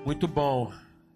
Muito bom.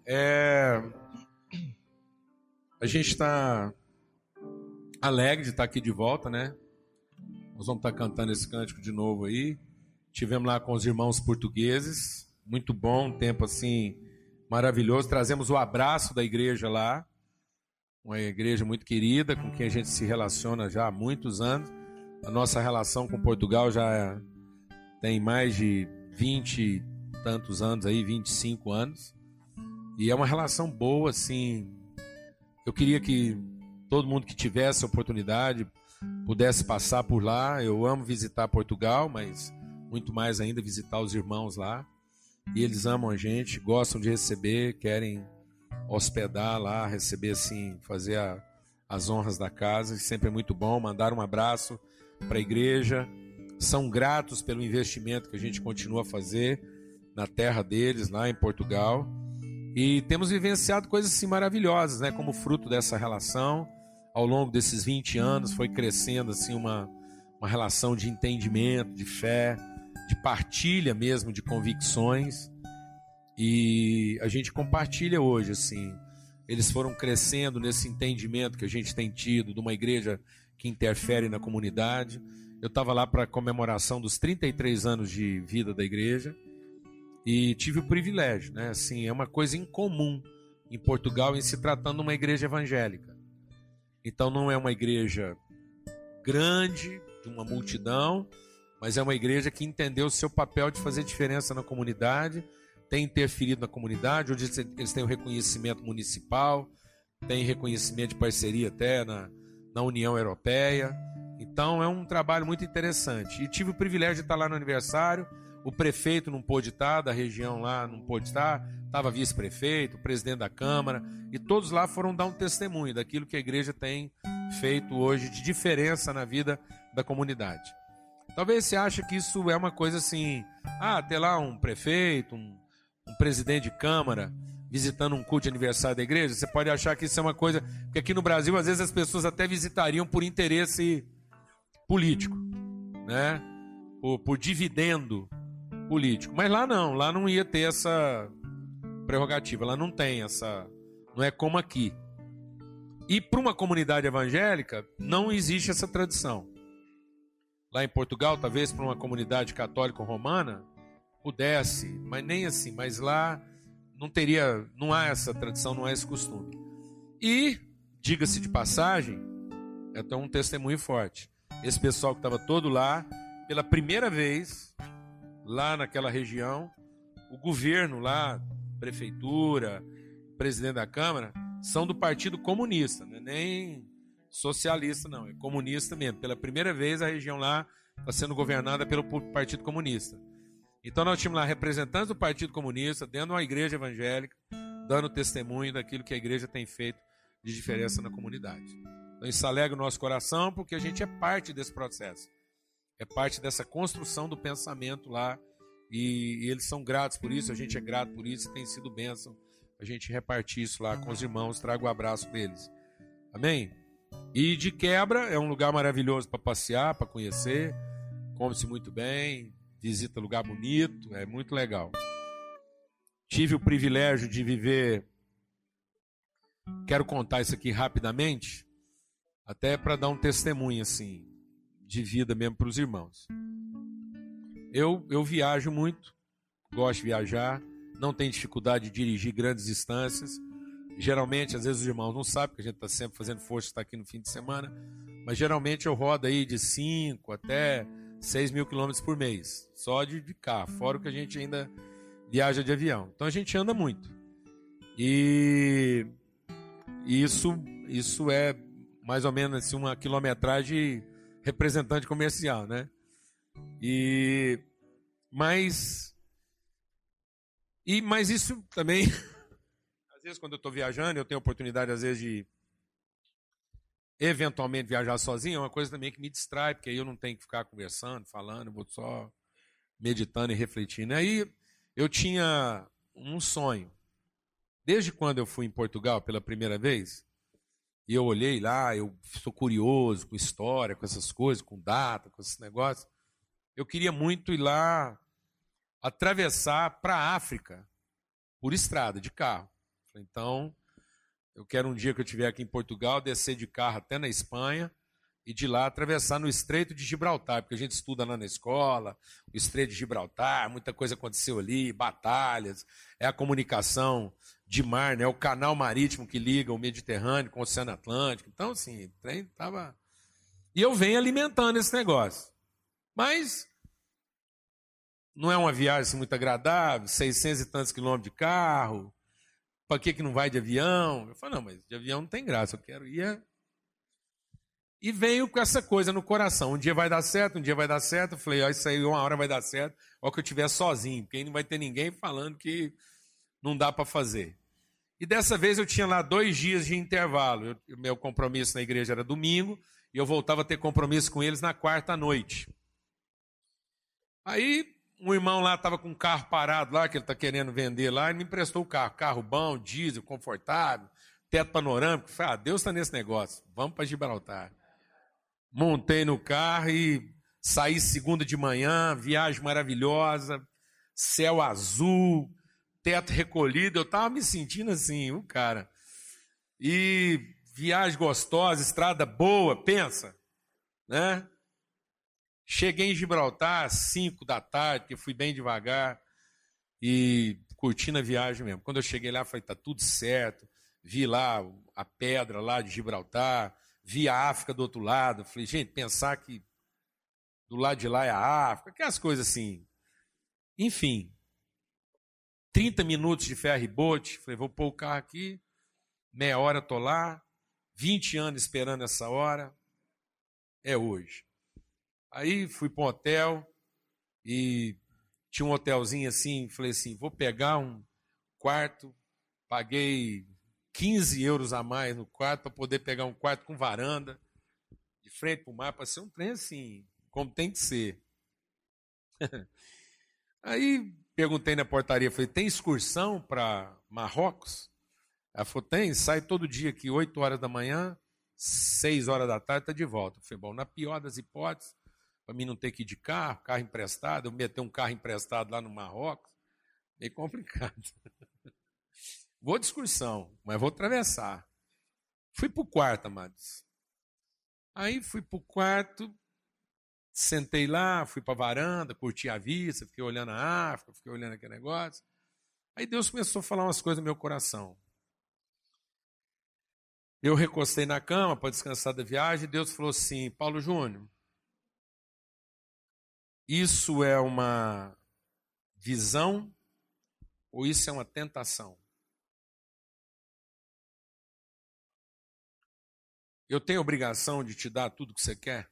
A gente está alegre de estar aqui de volta, né? Nós vamos estar cantando esse cântico de novo aí. Tivemos lá com os irmãos portugueses. Muito bom, um tempo assim maravilhoso. Trazemos o abraço da igreja lá. Uma igreja muito querida, com quem a gente se relaciona já há muitos anos. A nossa relação com Portugal já tem mais de 20 e tantos anos aí, 25 anos. E é uma relação boa, assim. Eu queria que todo mundo que tivesse a oportunidade pudesse passar por lá. Eu amo visitar Portugal, mas muito mais ainda visitar os irmãos lá. E eles amam a gente, gostam de receber, querem hospedar lá, receber assim, fazer as honras da casa. Sempre é muito bom. Mandar um abraço para a igreja. São gratos pelo investimento que a gente continua a fazer na terra deles, lá em Portugal. E temos vivenciado coisas assim maravilhosas, né? Como fruto dessa relação. Ao longo desses 20 anos foi crescendo assim uma relação de entendimento, de fé, de partilha mesmo de convicções. E a gente compartilha hoje, assim. Eles foram crescendo nesse entendimento que a gente tem tido de uma igreja que interfere na comunidade. Eu estava lá para a comemoração dos 33 anos de vida da igreja e tive o privilégio, né? Assim, é uma coisa incomum em Portugal em se tratando de uma igreja evangélica. Então não é uma igreja grande, de uma multidão, mas é uma igreja que entendeu o seu papel de fazer diferença na comunidade, tem interferido na comunidade. Hoje eles têm o reconhecimento municipal, têm reconhecimento de parceria até na União Europeia. Então é um trabalho muito interessante. E tive o privilégio de estar lá no aniversário. O prefeito não pôde estar, da região lá não pôde estar, estava vice-prefeito, o presidente da Câmara, e todos lá foram dar um testemunho daquilo que a igreja tem feito hoje de diferença na vida da comunidade. Talvez você ache que isso é uma coisa assim, ter lá um prefeito, um presidente de Câmara visitando um culto de aniversário da igreja. Você pode achar que isso é uma coisa, porque aqui no Brasil às vezes as pessoas até visitariam por interesse político, né? Por dividendo político. Mas lá não ia ter essa prerrogativa, lá não tem essa, não é como aqui. E para uma comunidade evangélica não existe essa tradição. Lá em Portugal, talvez para uma comunidade católica romana pudesse, mas nem assim, mas lá não há essa tradição, não há esse costume. E, diga-se de passagem, é até um testemunho forte. Esse pessoal que estava todo lá, pela primeira vez, lá naquela região, o governo lá, prefeitura, presidente da Câmara, são do Partido Comunista, não é nem socialista não, é comunista mesmo. Pela primeira vez a região lá está sendo governada pelo Partido Comunista. Então nós tínhamos lá representantes do Partido Comunista dentro de uma igreja evangélica, dando testemunho daquilo que a igreja tem feito de diferença na comunidade. Então isso alegra o nosso coração, porque a gente é parte desse processo. É parte dessa construção do pensamento lá, e eles são gratos por isso, a gente é grato por isso, tem sido bênção a gente repartir isso lá com os irmãos. Trago o abraço deles. Amém? E de quebra, é um lugar maravilhoso para passear, para conhecer, come-se muito bem, visita lugar bonito, é muito legal. Tive o privilégio de viver, quero contar isso aqui rapidamente, até para dar um testemunho assim, de vida mesmo para os irmãos. Eu viajo muito, gosto de viajar, não tenho dificuldade de dirigir grandes distâncias. Geralmente, às vezes os irmãos não sabem, porque a gente está sempre fazendo força, está aqui no fim de semana, mas geralmente eu rodo aí de 5 até 6 mil quilômetros por mês, só de carro, fora o que a gente ainda viaja de avião. Então a gente anda muito. E isso é mais ou menos assim, uma quilometragem representante comercial, né? Mas isso também, às vezes quando eu estou viajando, eu tenho a oportunidade às vezes de eventualmente viajar sozinho, é uma coisa também que me distrai, porque aí eu não tenho que ficar conversando, falando, eu vou só meditando e refletindo. Aí eu tinha um sonho. Desde quando eu fui em Portugal pela primeira vez, e eu olhei lá, eu sou curioso com história, com essas coisas, com data, com esses negócios. Eu queria muito ir lá atravessar para a África por estrada, de carro. Falei, então, eu quero um dia que eu estiver aqui em Portugal, descer de carro até na Espanha e de lá atravessar no Estreito de Gibraltar, porque a gente estuda lá na escola, o Estreito de Gibraltar, muita coisa aconteceu ali, batalhas, é a comunicação de mar, né, é o canal marítimo que liga o Mediterrâneo com o Oceano Atlântico. Então, assim, o trem estava... E eu venho alimentando esse negócio. Mas não é uma viagem assim, muito agradável, 600 e tantos quilômetros de carro, para que não vai de avião? Eu falei, não, mas de avião não tem graça, eu quero ir... E veio com essa coisa no coração, um dia vai dar certo, um dia vai dar certo. Eu falei, ó, isso aí uma hora vai dar certo, ó, que eu estiver sozinho, porque aí não vai ter ninguém falando que não dá para fazer. E dessa vez eu tinha lá 2 dias de intervalo. Meu compromisso na igreja era domingo, e eu voltava a ter compromisso com eles na quarta à noite. Aí um irmão lá estava com um carro parado lá, que ele está querendo vender lá, e me emprestou o carro. Carro bom, diesel, confortável, teto panorâmico. Eu falei, Deus está nesse negócio, vamos para Gibraltar. Montei no carro e saí segunda de manhã, viagem maravilhosa, céu azul, teto recolhido. Eu estava me sentindo assim, o cara. E viagem gostosa, estrada boa, pensa, né? Cheguei em Gibraltar às 5 da tarde, porque fui bem devagar e curtindo a viagem mesmo. Quando eu cheguei lá, falei, tá tudo certo. Vi lá a pedra lá de Gibraltar, vi a África do outro lado. Falei, gente, pensar que do lado de lá é a África, aquelas coisas assim. Enfim, 30 minutos de ferry-boat. Falei, vou pôr o carro aqui, meia hora estou lá, 20 anos esperando essa hora, é hoje. Aí fui para um hotel e tinha um hotelzinho assim, falei assim, vou pegar um quarto, paguei 15 euros a mais no quarto para poder pegar um quarto com varanda, de frente para o mar, para ser um trem assim, como tem que ser. Aí perguntei na portaria, falei, tem excursão para Marrocos? Ela falou, tem, sai todo dia aqui, 8 horas da manhã, 6 horas da tarde, está de volta. Eu falei, bom, na pior das hipóteses, para mim não ter que ir de carro, carro emprestado, eu meter um carro emprestado lá no Marrocos, meio complicado. Vou de excursão, mas vou atravessar. Fui para o quarto, amados. Aí fui para o quarto, sentei lá, fui para a varanda, curti a vista, fiquei olhando a África, fiquei olhando aquele negócio. Aí Deus começou a falar umas coisas no meu coração. Eu recostei na cama para descansar da viagem e Deus falou assim, Paulo Júnior, isso é uma visão ou isso é uma tentação? Eu tenho obrigação de te dar tudo que você quer?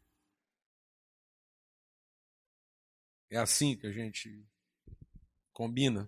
É assim que a gente combina?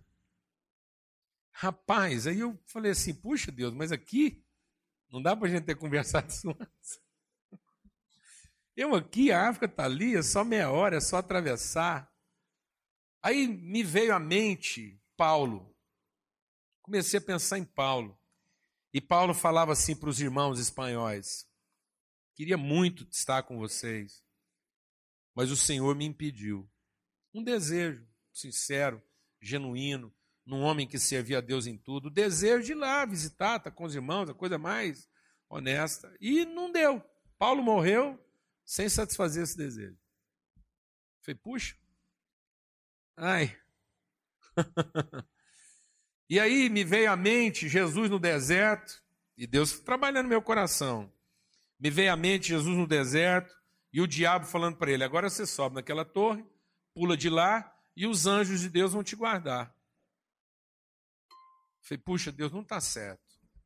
Rapaz, aí eu falei assim, puxa Deus, mas aqui não dá para a gente ter conversado isso antes. Eu aqui, a África está ali, é só meia hora, é só atravessar. Aí me veio à mente Paulo. Comecei a pensar em Paulo. E Paulo falava assim para os irmãos espanhóis, queria muito estar com vocês, mas o Senhor me impediu. Um desejo sincero, genuíno, num homem que servia a Deus em tudo, o desejo de ir lá visitar, estar com os irmãos, a coisa mais honesta. E não deu. Paulo morreu sem satisfazer esse desejo. Falei, puxa, ai. E aí me veio à mente Jesus no deserto, e Deus trabalhando no meu coração. Me veio à mente Jesus no deserto, e o diabo falando para ele, agora você sobe naquela torre, pula de lá, e os anjos de Deus vão te guardar. Falei, puxa, Deus, não está certo.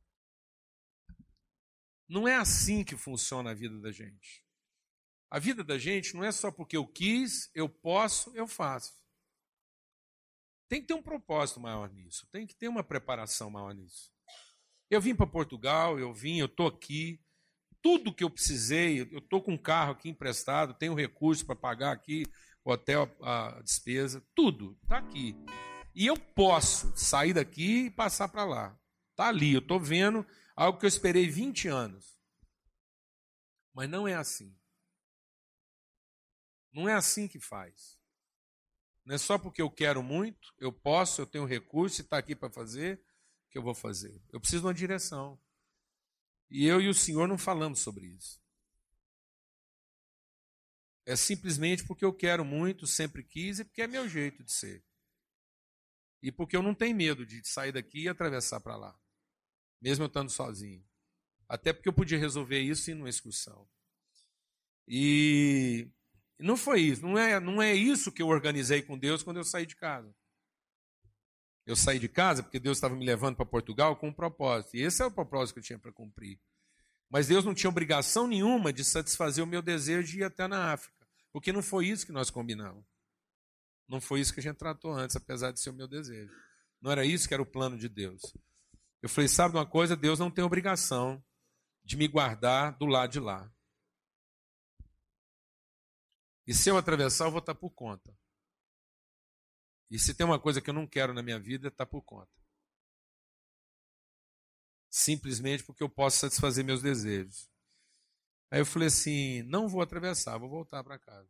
Não é assim que funciona a vida da gente. A vida da gente não é só porque eu quis, eu posso, eu faço. Tem que ter um propósito maior nisso, tem que ter uma preparação maior nisso. Eu vim para Portugal, eu estou aqui, tudo que eu precisei, eu estou com um carro aqui emprestado, tenho recurso para pagar aqui, o hotel, a despesa, tudo está aqui. E eu posso sair daqui e passar para lá. Está ali, eu estou vendo algo que eu esperei 20 anos. Mas não é assim. Não é assim que faz. Não é só porque eu quero muito, eu posso, eu tenho recurso e está aqui para fazer, que eu vou fazer. Eu preciso de uma direção. E eu e o Senhor não falamos sobre isso. É simplesmente porque eu quero muito, sempre quis e porque é meu jeito de ser. E porque eu não tenho medo de sair daqui e atravessar para lá, mesmo eu estando sozinho. Até porque eu podia resolver isso em uma excursão. E não foi isso, não é isso que eu organizei com Deus quando eu saí de casa. Eu saí de casa porque Deus estava me levando para Portugal com um propósito. E esse é o propósito que eu tinha para cumprir. Mas Deus não tinha obrigação nenhuma de satisfazer o meu desejo de ir até na África. Porque não foi isso que nós combinamos. Não foi isso que a gente tratou antes, apesar de ser o meu desejo. Não era isso que era o plano de Deus. Eu falei, sabe uma coisa? Deus não tem obrigação de me guardar do lado de lá. E se eu atravessar, eu vou estar por conta. E se tem uma coisa que eu não quero na minha vida, é estar por conta. Simplesmente porque eu posso satisfazer meus desejos. Aí eu falei assim, não vou atravessar, vou voltar para casa.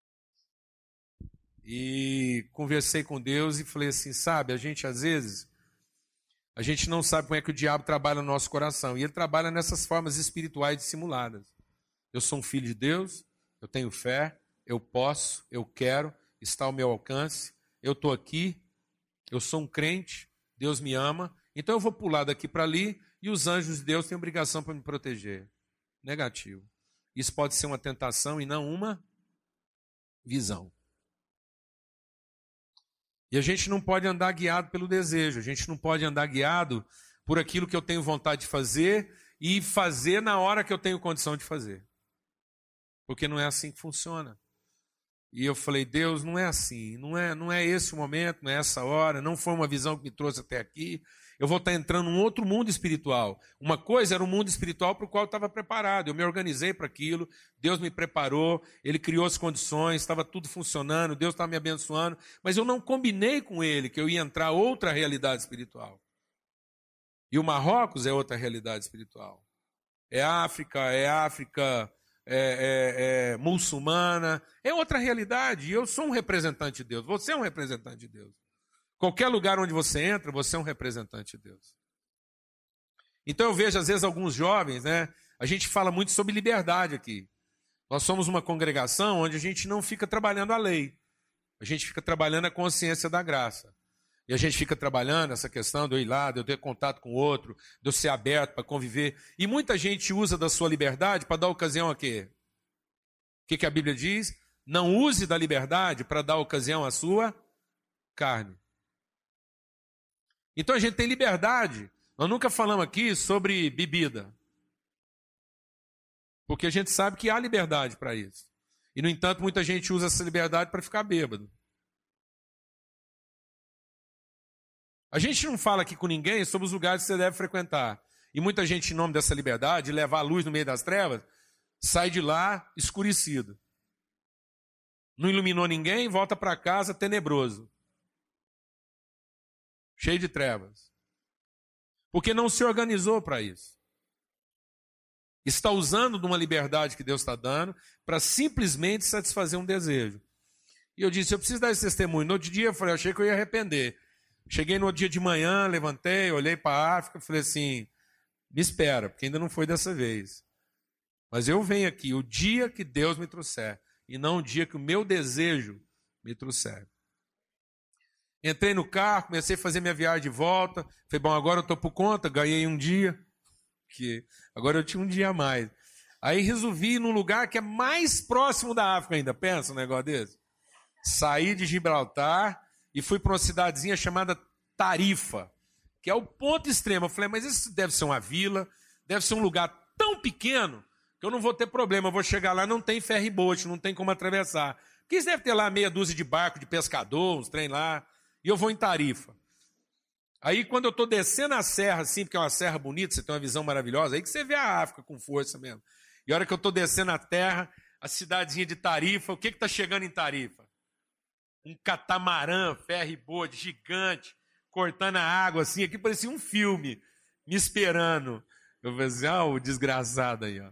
E conversei com Deus e falei assim, sabe, a gente às vezes, a gente não sabe como é que o diabo trabalha no nosso coração. E ele trabalha nessas formas espirituais dissimuladas. Eu sou um filho de Deus, eu tenho fé, eu posso, eu quero, está ao meu alcance, eu estou aqui, eu sou um crente, Deus me ama, então eu vou pular daqui para ali e os anjos de Deus têm obrigação para me proteger. Negativo. Isso pode ser uma tentação e não uma visão. E a gente não pode andar guiado pelo desejo, a gente não pode andar guiado por aquilo que eu tenho vontade de fazer e fazer na hora que eu tenho condição de fazer. Porque não é assim que funciona. E eu falei, Deus, não é assim, não é esse o momento, não é essa hora, não foi uma visão que me trouxe até aqui. Eu vou estar entrando num outro mundo espiritual. Uma coisa era um mundo espiritual para o qual eu estava preparado. Eu me organizei para aquilo, Deus me preparou, Ele criou as condições, estava tudo funcionando, Deus estava me abençoando, mas eu não combinei com Ele que eu ia entrar outra realidade espiritual. E o Marrocos é outra realidade espiritual. É África muçulmana, é outra realidade. E eu sou um representante de Deus, você é um representante de Deus. Qualquer lugar onde você entra, você é um representante de Deus. Então eu vejo às vezes alguns jovens, né? A gente fala muito sobre liberdade aqui. Nós somos uma congregação onde a gente não fica trabalhando a lei. A gente fica trabalhando a consciência da graça. E a gente fica trabalhando essa questão de eu ir lá, de eu ter contato com o outro, de eu ser aberto para conviver. E muita gente usa da sua liberdade para dar ocasião a quê? O que a Bíblia diz? Não use da liberdade para dar ocasião à sua carne. Então a gente tem liberdade. Nós nunca falamos aqui sobre bebida. Porque a gente sabe que há liberdade para isso. E, no entanto, muita gente usa essa liberdade para ficar bêbado. A gente não fala aqui com ninguém sobre os lugares que você deve frequentar. E muita gente, em nome dessa liberdade, de levar a luz no meio das trevas, sai de lá escurecido. Não iluminou ninguém, volta para casa tenebroso. Cheio de trevas. Porque não se organizou para isso. Está usando de uma liberdade que Deus está dando para simplesmente satisfazer um desejo. E eu disse, eu preciso dar esse testemunho. No outro dia eu falei, eu achei que eu ia arrepender. Cheguei no outro dia de manhã, levantei, olhei para a África, falei assim, me espera, porque ainda não foi dessa vez. Mas eu venho aqui o dia que Deus me trouxer, e não o dia que o meu desejo me trouxer. Entrei no carro, comecei a fazer minha viagem de volta. Falei, bom, agora eu estou por conta, ganhei um dia. Que agora eu tinha um dia a mais. Aí resolvi ir num lugar que é mais próximo da África ainda. Pensa um negócio desse. Saí de Gibraltar e fui para uma cidadezinha chamada Tarifa, que é o ponto extremo. Eu falei, mas isso deve ser uma vila, deve ser um lugar tão pequeno que eu não vou ter problema. Eu vou chegar lá, não tem ferry-boat, não tem como atravessar. Porque eles devem ter lá meia dúzia de barco de pescador, uns trem lá. E eu vou em Tarifa. Aí quando eu estou descendo a serra, assim, porque é uma serra bonita, você tem uma visão maravilhosa, aí que você vê a África com força mesmo. E a hora que eu estou descendo a terra, a cidadezinha de Tarifa, o que está chegando em Tarifa? Um catamarã, ferry-boat, gigante, cortando a água, assim, aqui parecia um filme, me esperando. Eu falei assim, o desgraçado aí, ó.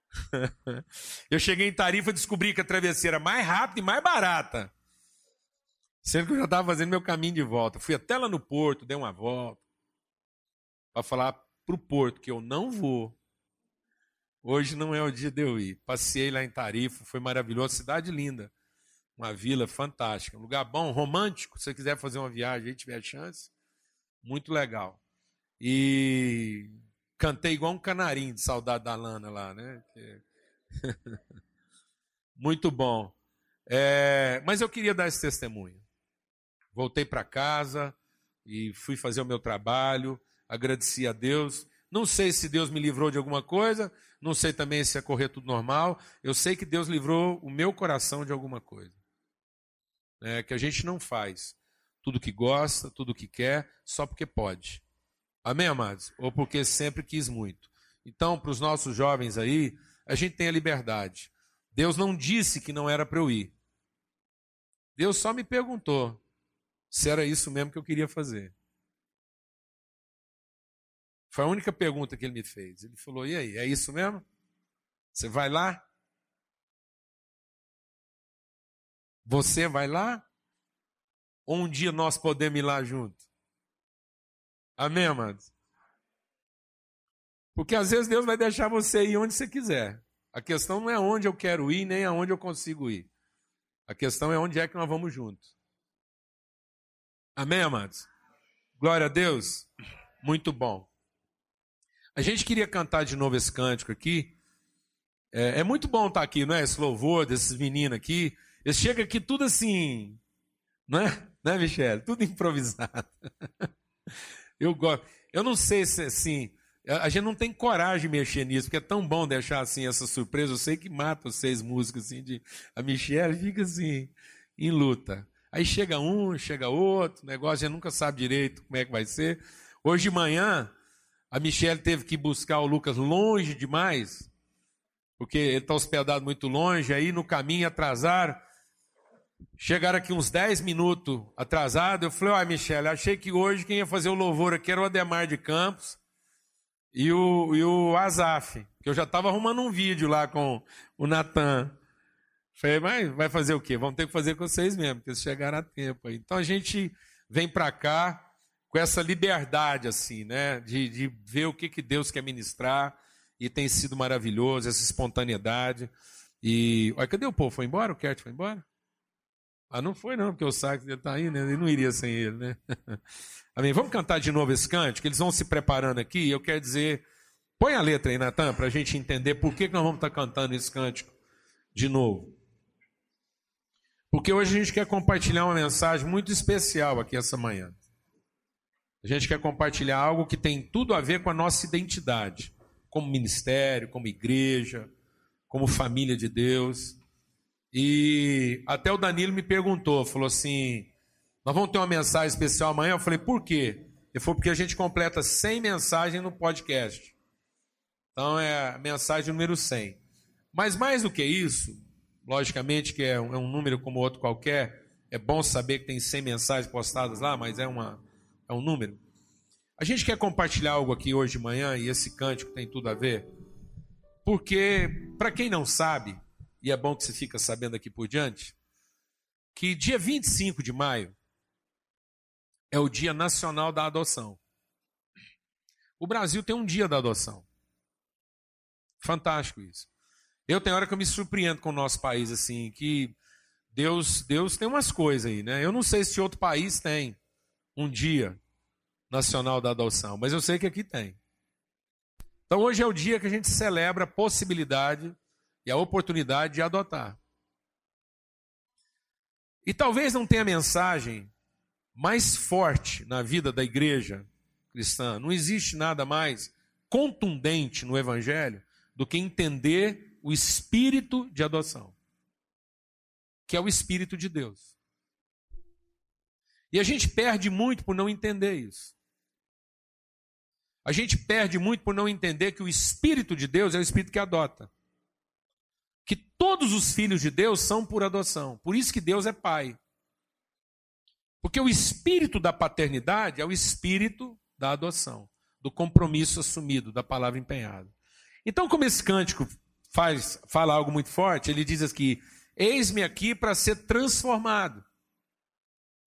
Eu cheguei em Tarifa e descobri que a travessia era mais rápida e mais barata. Sendo que eu já estava fazendo meu caminho de volta. Fui até lá no porto, dei uma volta, para falar para o porto que eu não vou. Hoje não é o dia de eu ir. Passei lá em Tarifa, foi maravilhoso, cidade linda. Uma vila fantástica, um lugar bom, romântico. Se você quiser fazer uma viagem e tiver chance, muito legal. E cantei igual um canarinho de saudade da Lana lá, né? Muito bom. Mas eu queria dar esse testemunho. Voltei para casa e fui fazer o meu trabalho, agradeci a Deus. Não sei se Deus me livrou de alguma coisa, não sei também se ia correr tudo normal. Eu sei que Deus livrou o meu coração de alguma coisa. Que a gente não faz tudo que gosta, tudo que quer, só porque pode. Amém, amados? Ou porque sempre quis muito. Então, para os nossos jovens aí, a gente tem a liberdade. Deus não disse que não era para eu ir. Deus só me perguntou se era isso mesmo que eu queria fazer. Foi a única pergunta que ele me fez. Ele falou, e aí, é isso mesmo? Você vai lá? Você vai lá? Ou um dia nós podemos ir lá junto? Amém, amados? Porque às vezes Deus vai deixar você ir onde você quiser. A questão não é onde eu quero ir, nem aonde eu consigo ir. A questão é onde é que nós vamos juntos. Amém, amados? Glória a Deus. Muito bom. A gente queria cantar de novo esse cântico aqui. É muito bom estar aqui, não é? Esse louvor desses meninos aqui. Eles chegam aqui tudo assim, não é? Né, Michele? Tudo improvisado. Eu gosto. Eu não sei se assim, a gente não tem coragem de mexer nisso, porque é tão bom deixar assim essa surpresa. Eu sei que mata os 6 músicos assim, a Michele fica assim, em luta. Aí chega um, chega outro, o negócio a gente nunca sabe direito como é que vai ser. Hoje de manhã, a Michele teve que buscar o Lucas longe demais, porque ele está hospedado muito longe, aí no caminho atrasaram. Chegaram aqui uns 10 minutos atrasado. Eu falei, Michele, achei que hoje quem ia fazer o louvor aqui era o Ademar de Campos e o Azaf, que eu já estava arrumando um vídeo lá com o Natan. Falei, mas vai fazer o quê? Vamos ter que fazer com vocês mesmo, porque eles chegaram a tempo aí. Então a gente vem para cá com essa liberdade, assim, né? De ver o que Deus quer ministrar, e tem sido maravilhoso, essa espontaneidade. E olha, cadê o povo? Foi embora? O Kert foi embora? Não foi não, porque o sax dele está aí, né? Ele não iria sem ele, né? Amém. Vamos cantar de novo esse cântico, eles vão se preparando aqui. Eu quero dizer, põe a letra aí, Natan, para a gente entender por que nós vamos estar cantando esse cântico de novo. Porque hoje a gente quer compartilhar uma mensagem muito especial aqui essa manhã. A gente quer compartilhar algo que tem tudo a ver com a nossa identidade, como ministério, como igreja, como família de Deus. E até o Danilo me perguntou, falou assim, nós vamos ter uma mensagem especial amanhã? Eu falei, por quê? Ele falou, porque a gente completa 100 mensagens no podcast. Então é a mensagem número 100. Mas mais do que isso, logicamente que é um número como outro qualquer, é bom saber que tem 100 mensagens postadas lá, mas é um número. A gente quer compartilhar algo aqui hoje de manhã, e esse cântico tem tudo a ver, porque, para quem não sabe, e é bom que você fica sabendo aqui por diante, que dia 25 de maio é o Dia Nacional da Adoção. O Brasil tem um dia da adoção. Fantástico isso. Eu tenho hora que eu me surpreendo com o nosso país, assim, que Deus tem umas coisas aí, né? Eu não sei se outro país tem um dia nacional da adoção, mas eu sei que aqui tem. Então hoje é o dia que a gente celebra a possibilidade e a oportunidade de adotar. E talvez não tenha mensagem mais forte na vida da igreja cristã. Não existe nada mais contundente no Evangelho do que entender o espírito de adoção, que é o Espírito de Deus. E a gente perde muito por não entender isso. A gente perde muito por não entender que o Espírito de Deus é o Espírito que adota. Que todos os filhos de Deus são por adoção. Por isso que Deus é Pai. Porque o espírito da paternidade é o espírito da adoção, do compromisso assumido, da palavra empenhada. Então, como esse cântico fala algo muito forte, ele diz aqui, eis-me aqui para ser transformado.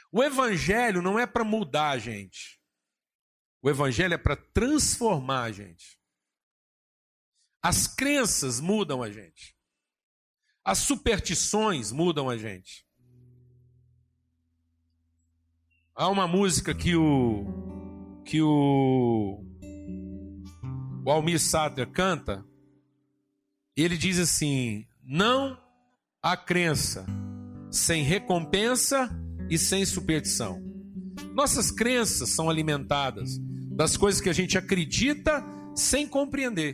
O evangelho não é para mudar a gente. O evangelho é para transformar a gente. As crenças mudam a gente. As superstições mudam a gente. Há uma música que o Almir Sater canta. Ele diz assim: não há crença sem recompensa e sem superstição. Nossas crenças são alimentadas das coisas que a gente acredita sem compreender.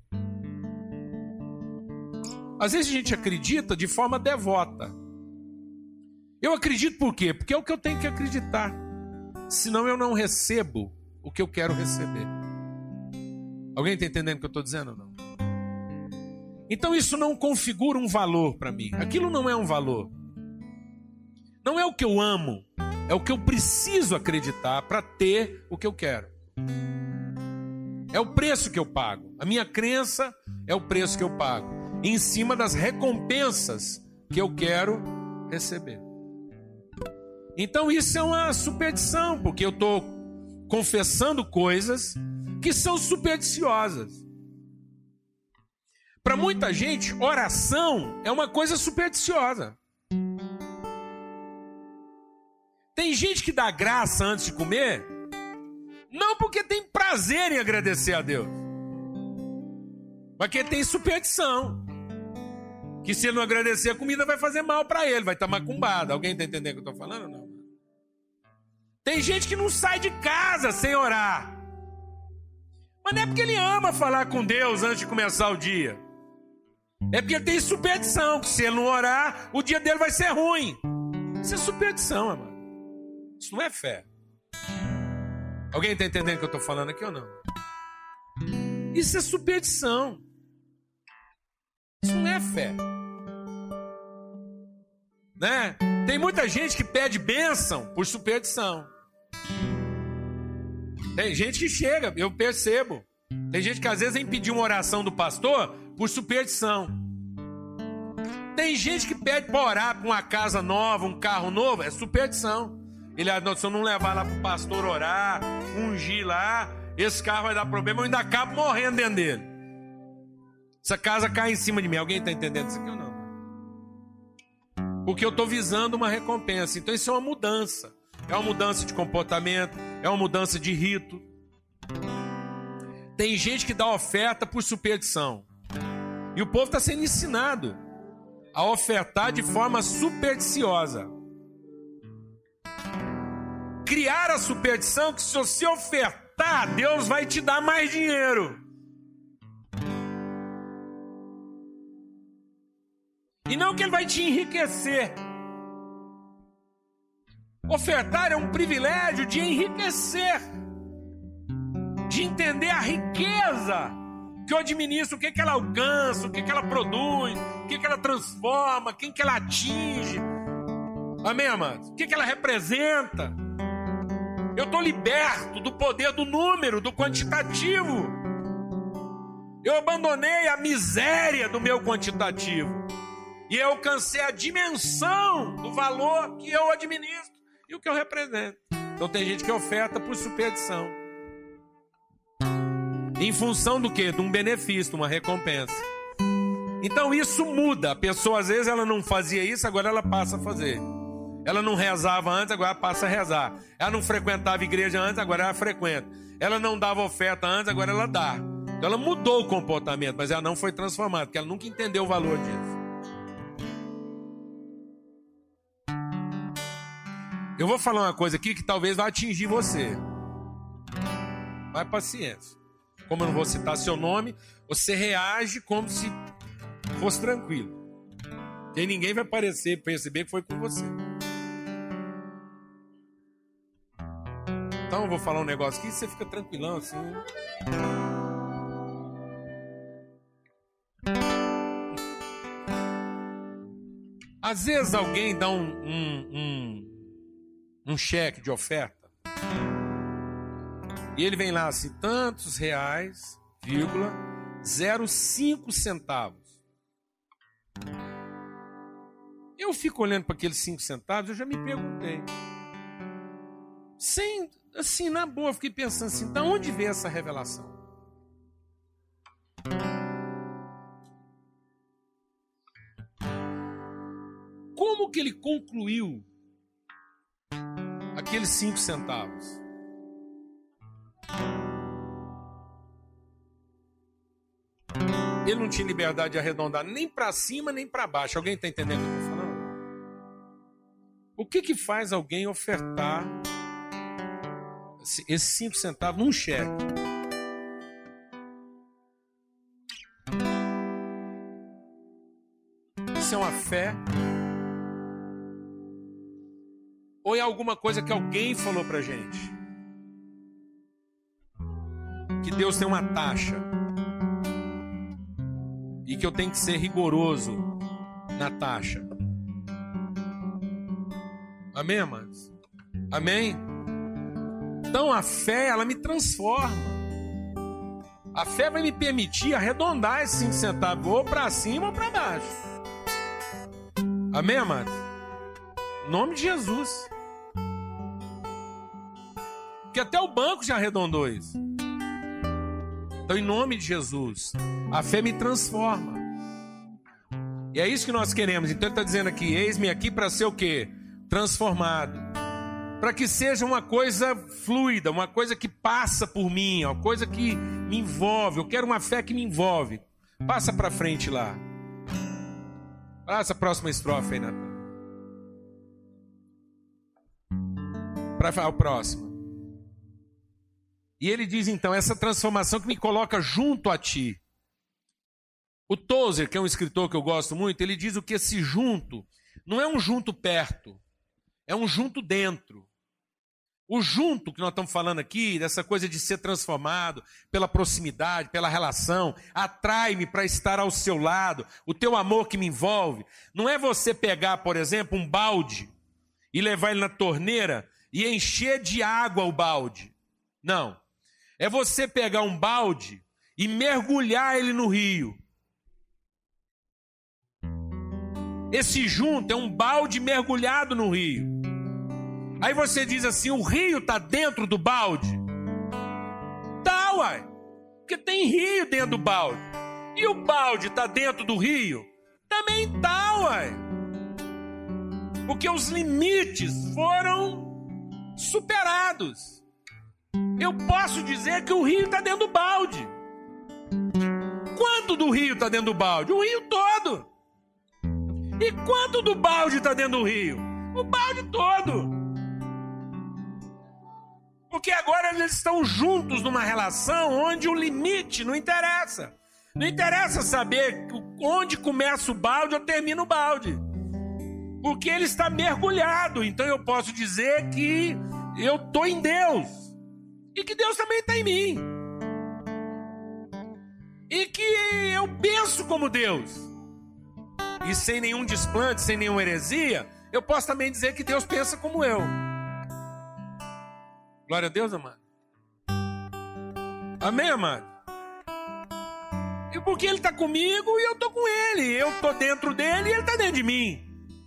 Às vezes a gente acredita de forma devota. Eu acredito por quê? Porque é o que eu tenho que acreditar. Senão eu não recebo o que eu quero receber. Alguém está entendendo o que eu estou dizendo ou não? Então isso não configura um valor para mim. Aquilo não é um valor. Não é o que eu amo. É o que eu preciso acreditar para ter o que eu quero. É o preço que eu pago. A minha crença é o preço que eu pago. Em cima das recompensas que eu quero receber. Então isso é uma superstição, porque eu estou confessando coisas que são supersticiosas. Para muita gente, oração é uma coisa supersticiosa. Tem gente que dá graça antes de comer, não porque tem prazer em agradecer a Deus, mas porque tem superstição. Que se ele não agradecer a comida vai fazer mal para ele, vai estar macumbado. Alguém está entendendo o que eu estou falando ou não? Tem gente que não sai de casa sem orar. Mas não é porque ele ama falar com Deus antes de começar o dia. É porque ele tem superstição, que se ele não orar, o dia dele vai ser ruim. Isso é superstição, amado. Isso não é fé. Alguém está entendendo o que eu estou falando aqui ou não? Isso é superstição. Isso não é fé. Né? Tem muita gente que pede bênção por superstição. Tem gente que chega, eu percebo. Tem gente que às vezes vem pedir uma oração do pastor por superstição. Tem gente que pede para orar por uma casa nova, um carro novo, é superstição. Ele, se eu não levar lá para o pastor orar, ungir lá, esse carro vai dar problema, eu ainda acabo morrendo dentro dele. Essa casa cai em cima de mim. Alguém está entendendo isso aqui ou não? Porque eu estou visando uma recompensa. Então isso é uma mudança. É uma mudança de comportamento, é uma mudança de rito. Tem gente que dá oferta por superstição. E o povo está sendo ensinado a ofertar de forma supersticiosa. Criar a superstição que se você ofertar, Deus vai te dar mais dinheiro. E não que ele vai te enriquecer. Ofertar é um privilégio de enriquecer, de entender a riqueza que eu administro, o que ela alcança, o que ela produz, o que ela transforma, quem que ela atinge. Amém, amados? O que ela representa. Eu estou liberto do poder do número, do quantitativo. Eu abandonei a miséria do meu quantitativo. E eu alcancei a dimensão do valor que eu administro e o que eu represento. Então tem gente que oferta por superstição. Em função do quê? De um benefício, de uma recompensa. Então isso muda. A pessoa às vezes ela não fazia isso, agora ela passa a fazer. Ela não rezava antes, agora passa a rezar. Ela não frequentava igreja antes, agora ela frequenta. Ela não dava oferta antes, agora ela dá. Então ela mudou o comportamento, mas ela não foi transformada, porque ela nunca entendeu o valor disso. Eu vou falar uma coisa aqui que talvez vai atingir você. Vai paciência. Como eu não vou citar seu nome, você reage como se fosse tranquilo. E ninguém vai perceber que foi com você. Então eu vou falar um negócio aqui e você fica tranquilão assim. Às vezes alguém dá um cheque de oferta e ele vem lá assim, tantos reais, 0,05 centavos. Eu fico olhando para aqueles 5 centavos, eu já me perguntei, Sem, assim, na boa, eu fiquei pensando assim, da onde veio essa revelação? Como que ele concluiu aqueles 5 centavos? Ele não tinha liberdade de arredondar nem para cima nem para baixo. Alguém está entendendo o que eu estou falando? O que faz alguém ofertar esses 5 centavos num cheque? Isso é uma fé? Ou é alguma coisa que alguém falou pra gente? Que Deus tem uma taxa e que eu tenho que ser rigoroso na taxa. Amém, amados? Amém? Então a fé, ela me transforma. A fé vai me permitir arredondar esses 5 centavos, ou para cima ou para baixo. Amém, amados? Em nome de Jesus. Porque até o banco já arredondou isso. Então, em nome de Jesus, a fé me transforma. E é isso que nós queremos. Então ele está dizendo aqui, eis-me aqui para ser o quê? Transformado. Para que seja uma coisa fluida, uma coisa que passa por mim, uma coisa que me envolve. Eu quero uma fé que me envolve. Passa para frente lá. Passa a próxima estrofe aí, Natan. Para o próximo. E ele diz então, essa transformação que me coloca junto a ti. O Tozer, que é um escritor que eu gosto muito, ele diz o que esse junto não é um junto perto, é um junto dentro. O junto que nós estamos falando aqui, dessa coisa de ser transformado pela proximidade, pela relação, atrai-me para estar ao seu lado, o teu amor que me envolve. Não é você pegar, por exemplo, um balde e levar ele na torneira e encher de água o balde. Não. É você pegar um balde e mergulhar ele no rio. Esse junto é um balde mergulhado no rio. Aí você diz assim, o rio está dentro do balde? Tá, uai. Porque tem rio dentro do balde. E o balde está dentro do rio? Também tá, uai. Porque os limites foram superados. Eu posso dizer que o rio está dentro do balde. Quanto do rio está dentro do balde? O rio todo. E quanto do balde está dentro do rio? O balde todo. Porque agora eles estão juntos numa relação onde o limite não interessa. Não interessa saber onde começa o balde ou termina o balde. Porque ele está mergulhado. Então eu posso dizer que eu estou em Deus. E que Deus também está em mim. E que eu penso como Deus. E sem nenhum desplante, sem nenhuma heresia, eu posso também dizer que Deus pensa como eu. Glória a Deus, amado. Amém, amado? E porque Ele está comigo e eu estou com Ele. Eu estou dentro dEle e Ele está dentro de mim.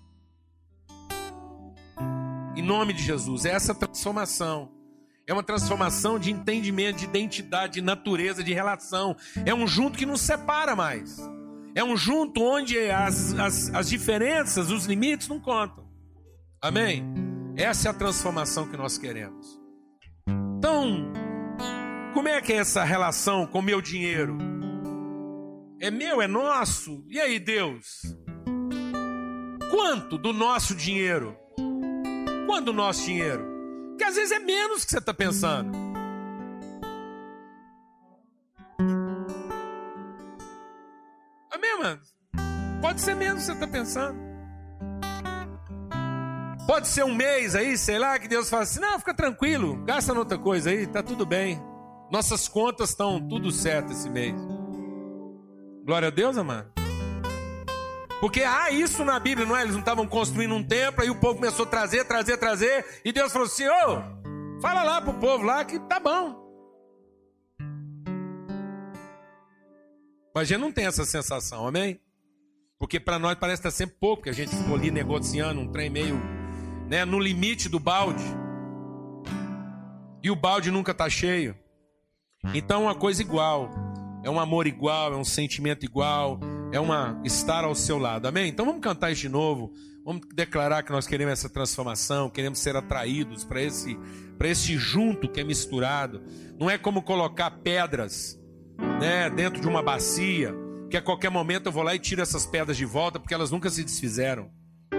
Em nome de Jesus, essa transformação é uma transformação de entendimento, de identidade, de natureza, de relação. É um junto que não separa mais. É um junto onde as diferenças, os limites não contam. Amém? Essa é a transformação que nós queremos. Então, como é que é essa relação com o meu dinheiro? É meu, é nosso? E aí, Deus? Quanto do nosso dinheiro? Quanto do nosso dinheiro? Porque às vezes é menos que você está pensando. Amém, mano? Pode ser menos que você está pensando. Pode ser um mês aí, sei lá, que Deus fala assim, não, fica tranquilo, gasta noutra coisa aí, tá tudo bem. Nossas contas estão tudo certo esse mês. Glória a Deus, amado. Porque há isso na Bíblia, não é? Eles não estavam construindo um templo, aí o povo começou a trazer, e Deus falou assim, fala lá pro povo lá que tá bom. Mas a gente não tem essa sensação, amém? Porque para nós parece que está sempre pouco, que a gente ficou ali negociando um trem meio, né, no limite do balde. e o balde nunca está cheio. Então é uma coisa igual, é um amor igual, é um sentimento igual, é uma estar ao seu lado, amém? Então vamos cantar isso de novo, vamos declarar que nós queremos essa transformação, queremos ser atraídos para esse junto que é misturado. Não é como colocar pedras, né, dentro de uma bacia, que a qualquer momento eu vou lá e tiro essas pedras de volta, porque elas nunca se desfizeram.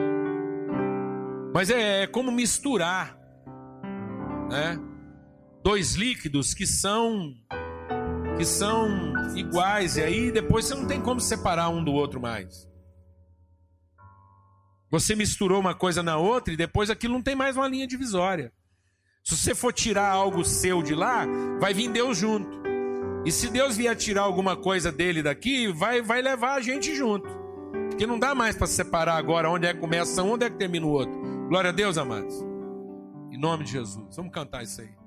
Mas é como misturar, né, dois líquidos que são iguais, e aí depois você não tem como separar um do outro mais. Você misturou uma coisa na outra e depois aquilo não tem mais uma linha divisória. Se você for tirar algo seu de lá, vai vir Deus junto. E se Deus vier tirar alguma coisa dele daqui, vai levar a gente junto. Porque não dá mais para separar agora onde é que começa um, onde é que termina o outro. Glória a Deus, amados. Em nome de Jesus. Vamos cantar isso aí.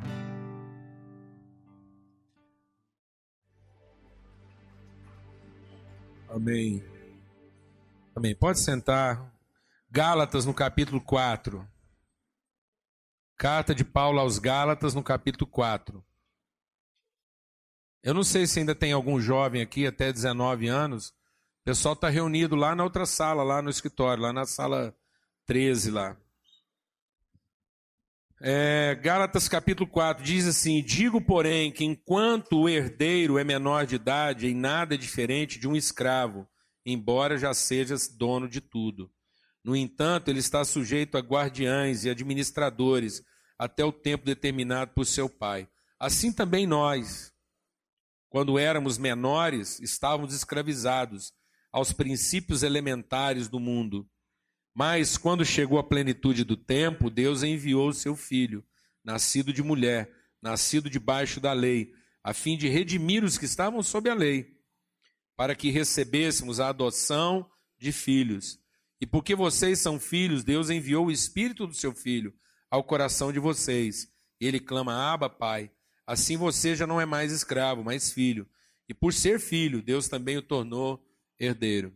Amém. Amém. Pode sentar. Gálatas no capítulo 4. Carta de Paulo aos Gálatas no capítulo 4. Eu não sei se ainda tem algum jovem aqui até 19 anos. O pessoal está reunido lá na outra sala, lá no escritório, lá na sala 13 lá. Gálatas capítulo 4 diz assim: digo, porém, que enquanto o herdeiro é menor de idade, em nada é diferente de um escravo, embora já seja dono de tudo. No entanto, ele está sujeito a guardiães e administradores até o tempo determinado por seu pai. Assim também nós, quando éramos menores, estávamos escravizados aos princípios elementares do mundo. Mas, quando chegou a plenitude do tempo, Deus enviou o seu Filho, nascido de mulher, nascido debaixo da lei, a fim de redimir os que estavam sob a lei, para que recebêssemos a adoção de filhos. E porque vocês são filhos, Deus enviou o Espírito do seu Filho ao coração de vocês. Ele clama: Abba, Pai. Assim você já não é mais escravo, mas filho. E por ser filho, Deus também o tornou herdeiro.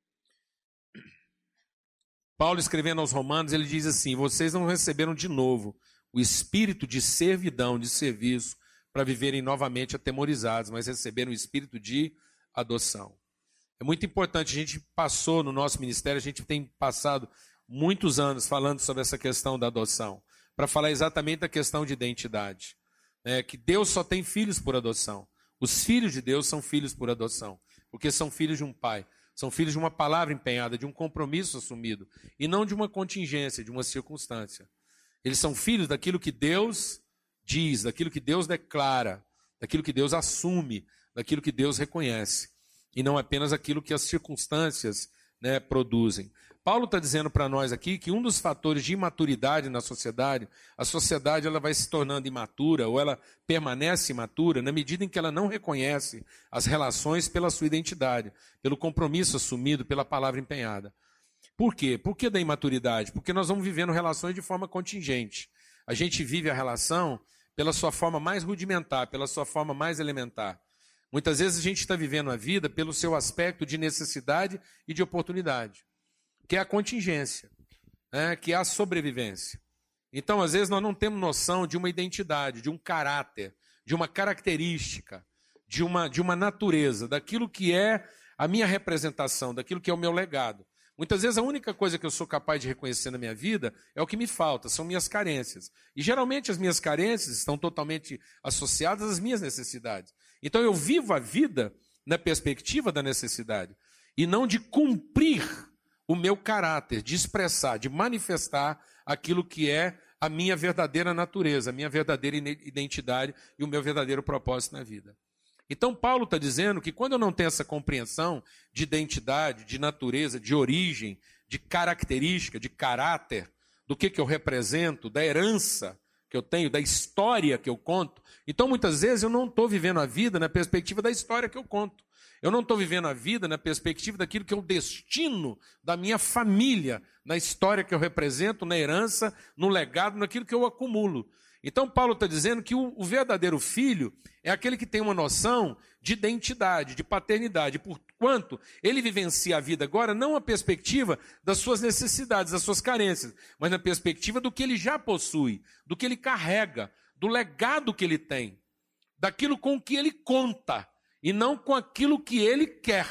Paulo, escrevendo aos Romanos, ele diz assim: vocês não receberam de novo o espírito de servidão, de serviço, para viverem novamente atemorizados, mas receberam o espírito de adoção. É muito importante, a gente passou no nosso ministério, a gente tem passado muitos anos falando sobre essa questão da adoção, para falar exatamente da questão de identidade. Que Deus só tem filhos por adoção. Os filhos de Deus são filhos por adoção, porque são filhos de um pai. São filhos de uma palavra empenhada, de um compromisso assumido, e não de uma contingência, de uma circunstância. Eles são filhos daquilo que Deus diz, daquilo que Deus declara, daquilo que Deus assume, daquilo que Deus reconhece, e não apenas aquilo que as circunstâncias, produzem. Paulo está dizendo para nós aqui que um dos fatores de imaturidade na sociedade, a sociedade ela vai se tornando imatura, ou ela permanece imatura, na medida em que ela não reconhece as relações pela sua identidade, pelo compromisso assumido, pela palavra empenhada. Por quê? Por que da imaturidade? Porque nós vamos vivendo relações de forma contingente. A gente vive a relação pela sua forma mais rudimentar, pela sua forma mais elementar. Muitas vezes a gente está vivendo a vida pelo seu aspecto de necessidade e de oportunidade, que é a contingência, que é a sobrevivência. Então, às vezes, nós não temos noção de uma identidade, de um caráter, de uma característica, de uma natureza, daquilo que é a minha representação, daquilo que é o meu legado. Muitas vezes, a única coisa que eu sou capaz de reconhecer na minha vida é o que me falta, são minhas carências. E, geralmente, as minhas carências estão totalmente associadas às minhas necessidades. Então, eu vivo a vida na perspectiva da necessidade e não de cumprir o meu caráter, de expressar, de manifestar aquilo que é a minha verdadeira natureza, a minha verdadeira identidade e o meu verdadeiro propósito na vida. Então, Paulo está dizendo que quando eu não tenho essa compreensão de identidade, de natureza, de origem, de característica, de caráter, do que eu represento, da herança que eu tenho, da história que eu conto, então muitas vezes eu não estou vivendo a vida na perspectiva da história que eu conto. Eu não estou vivendo a vida na perspectiva daquilo que é o destino da minha família, na história que eu represento, na herança, no legado, naquilo que eu acumulo. Então Paulo está dizendo que o verdadeiro filho é aquele que tem uma noção de identidade, de paternidade, porquanto ele vivencia a vida agora não a perspectiva das suas necessidades, das suas carências, mas na perspectiva do que ele já possui, do que ele carrega, do legado que ele tem, daquilo com que ele conta, e não com aquilo que ele quer.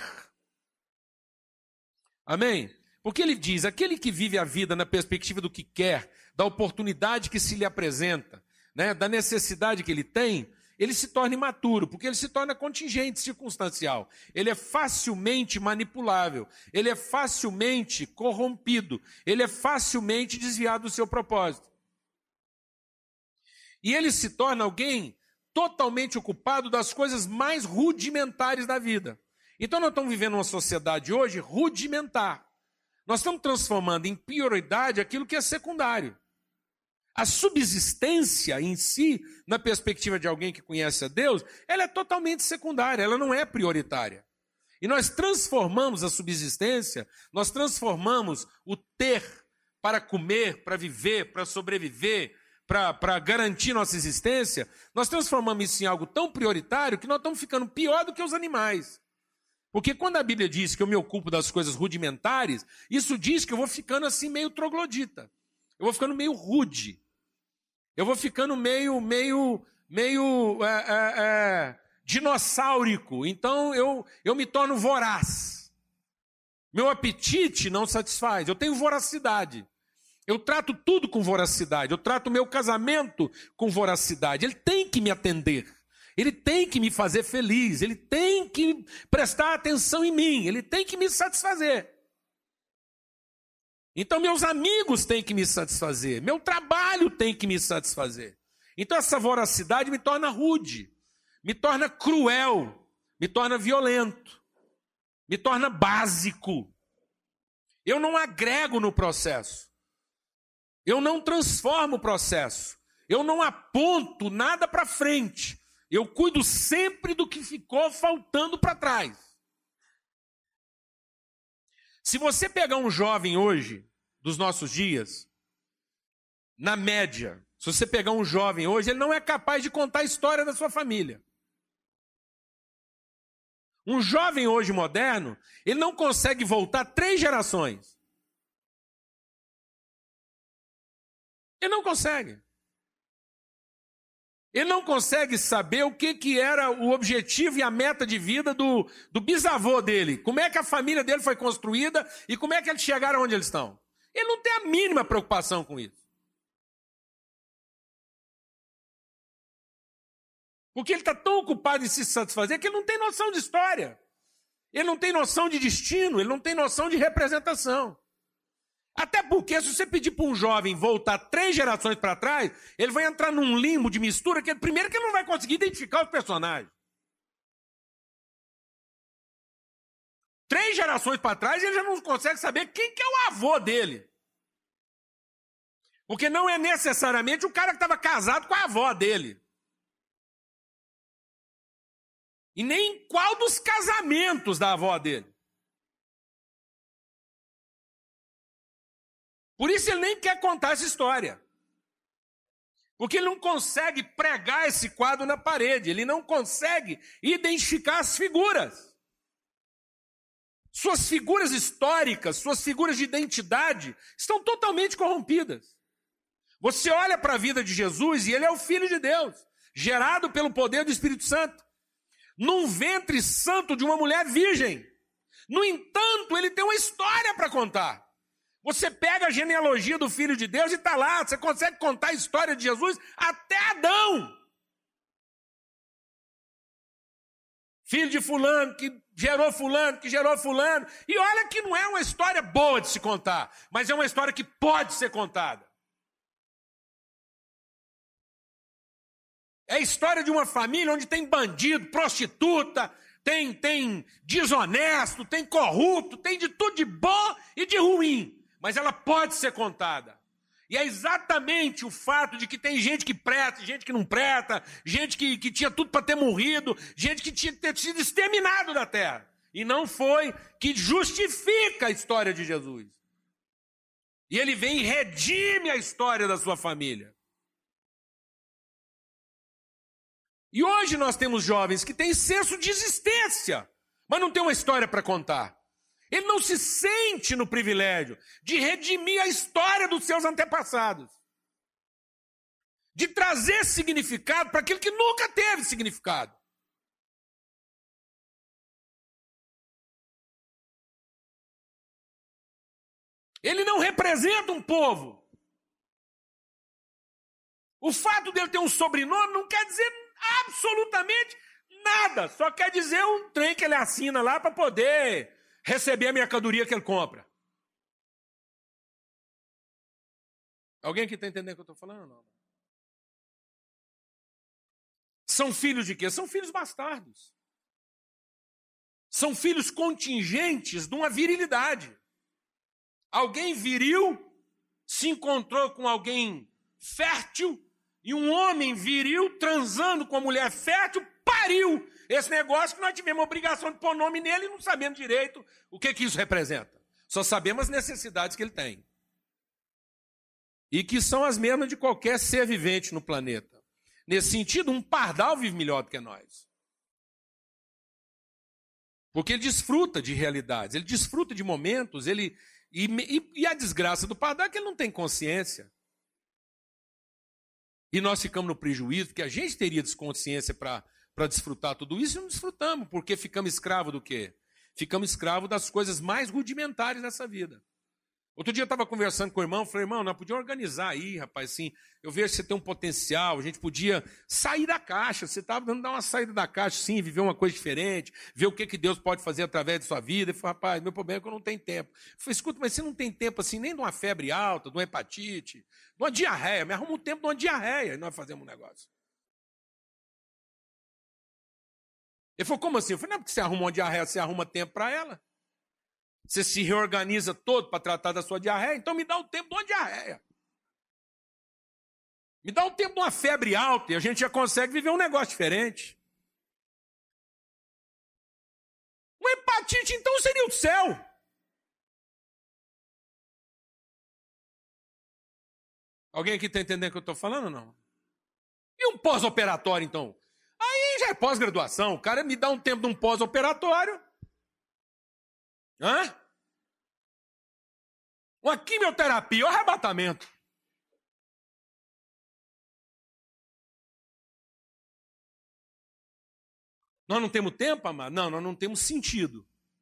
Amém? Porque ele diz, aquele que vive a vida na perspectiva do que quer, da oportunidade que se lhe apresenta, né, da necessidade que ele tem, ele se torna imaturo, porque ele se torna contingente, circunstancial. Ele é facilmente manipulável, ele é facilmente corrompido, ele é facilmente desviado do seu propósito. E ele se torna alguém totalmente ocupado das coisas mais rudimentares da vida. Então nós estamos vivendo uma sociedade hoje rudimentar. Nós estamos transformando em prioridade aquilo que é secundário. A subsistência em si, na perspectiva de alguém que conhece a Deus, ela é totalmente secundária, ela não é prioritária. E nós transformamos a subsistência, nós transformamos o ter para comer, para viver, para sobreviver, para garantir nossa existência, nós transformamos isso em algo tão prioritário que nós estamos ficando pior do que os animais. Porque quando a Bíblia diz que eu me ocupo das coisas rudimentares, isso diz que eu vou ficando assim meio troglodita. Eu vou ficando meio rude. Eu vou ficando meio dinossáurico. Então eu me torno voraz. Meu apetite não satisfaz. Eu tenho voracidade. Eu trato tudo com voracidade. Eu trato o meu casamento com voracidade. Ele tem que me atender. Ele tem que me fazer feliz. Ele tem que prestar atenção em mim. Ele tem que me satisfazer. Então meus amigos têm que me satisfazer. Meu trabalho tem que me satisfazer. Então essa voracidade me torna rude. Me torna cruel. Me torna violento. Me torna básico. Eu não agrego no processo. Eu não transformo o processo. Eu não aponto nada para frente. Eu cuido sempre do que ficou faltando para trás. Se você pegar um jovem hoje, dos nossos dias, na média, se você pegar um jovem hoje, ele não é capaz de contar a história da sua família. Um jovem hoje moderno, ele não consegue voltar 3 gerações. Ele não consegue. Ele não consegue saber o que era o objetivo e a meta de vida do bisavô dele. Como é que a família dele foi construída e como é que eles chegaram onde eles estão. Ele não tem a mínima preocupação com isso. Porque ele está tão ocupado em se satisfazer que ele não tem noção de história. Ele não tem noção de destino, ele não tem noção de representação. Até porque, se você pedir para um jovem voltar 3 gerações para trás, ele vai entrar num limbo de mistura que, primeiro, que ele não vai conseguir identificar os personagens. 3 gerações para trás, ele já não consegue saber quem que é o avô dele. Porque não é necessariamente o cara que estava casado com a avó dele. E nem qual dos casamentos da avó dele. Por isso ele nem quer contar essa história. Porque ele não consegue pregar esse quadro na parede. Ele não consegue identificar as figuras. Suas figuras históricas, suas figuras de identidade estão totalmente corrompidas. Você olha para a vida de Jesus e ele é o Filho de Deus, gerado pelo poder do Espírito Santo, num ventre santo de uma mulher virgem. No entanto, ele tem uma história para contar. Você pega a genealogia do Filho de Deus e está lá, você consegue contar a história de Jesus até Adão. Filho de fulano, que gerou fulano, que gerou fulano. E olha que não é uma história boa de se contar, mas é uma história que pode ser contada. É a história de uma família onde tem bandido, prostituta, tem desonesto, tem corrupto, tem de tudo de bom e de ruim. Mas ela pode ser contada. E é exatamente o fato de que tem gente que presta, gente que não presta, gente que tinha tudo para ter morrido, gente que tinha que ter sido exterminado da terra. E não foi, que justifica a história de Jesus. E ele vem e redime a história da sua família. E hoje nós temos jovens que têm senso de existência, mas não tem uma história para contar. Ele não se sente no privilégio de redimir a história dos seus antepassados. de trazer significado para aquilo que nunca teve significado. Ele não representa um povo. O fato dele ter um sobrenome não quer dizer absolutamente nada. Só quer dizer um trem que ele assina lá para poder receber a mercadoria que ele compra. Alguém aqui está entendendo o que eu estou falando? Não. São filhos de quê? São filhos bastardos. São filhos contingentes de uma virilidade. Alguém viril se encontrou com alguém fértil e um homem viril transando com uma mulher fértil pariu esse negócio que nós tivemos a obrigação de pôr nome nele e não sabemos direito o que isso representa. Só sabemos as necessidades que ele tem. E que são as mesmas de qualquer ser vivente no planeta. Nesse sentido, um pardal vive melhor do que nós. Porque ele desfruta de realidades, ele desfruta de momentos, e a desgraça do pardal é que ele não tem consciência. E nós ficamos no prejuízo, porque a gente teria desconsciência para desfrutar tudo isso, e não desfrutamos, porque ficamos escravos do quê? Ficamos escravos das coisas mais rudimentares dessa vida. Outro dia eu estava conversando com o irmão, falei, irmão, nós podíamos organizar aí, rapaz, assim, eu vejo que você tem um potencial, a gente podia sair da caixa, você estava dando uma saída da caixa, sim, viver uma coisa diferente, ver o que Deus pode fazer através de sua vida. Ele falou, rapaz, meu problema é que eu não tenho tempo. Eu falei, escuta, mas você não tem tempo assim, nem de uma febre alta, de uma hepatite, de uma diarreia, me arruma um tempo de uma diarreia, e nós fazemos um negócio. Ele falou, como assim? Eu falei, não é porque você arruma uma diarreia, você arruma tempo para ela. Você se reorganiza todo para tratar da sua diarreia, então me dá o tempo de uma diarreia. Me dá o tempo de uma febre alta e a gente já consegue viver um negócio diferente. Uma hepatite, então, seria o céu. Alguém aqui está entendendo o que eu estou falando ou não? E um pós-operatório, então? Aí já é pós-graduação. O cara me dá um tempo de um pós-operatório. Hã? Uma quimioterapia, um arrebatamento. Nós não temos tempo, amado? Não, nós não temos sentido.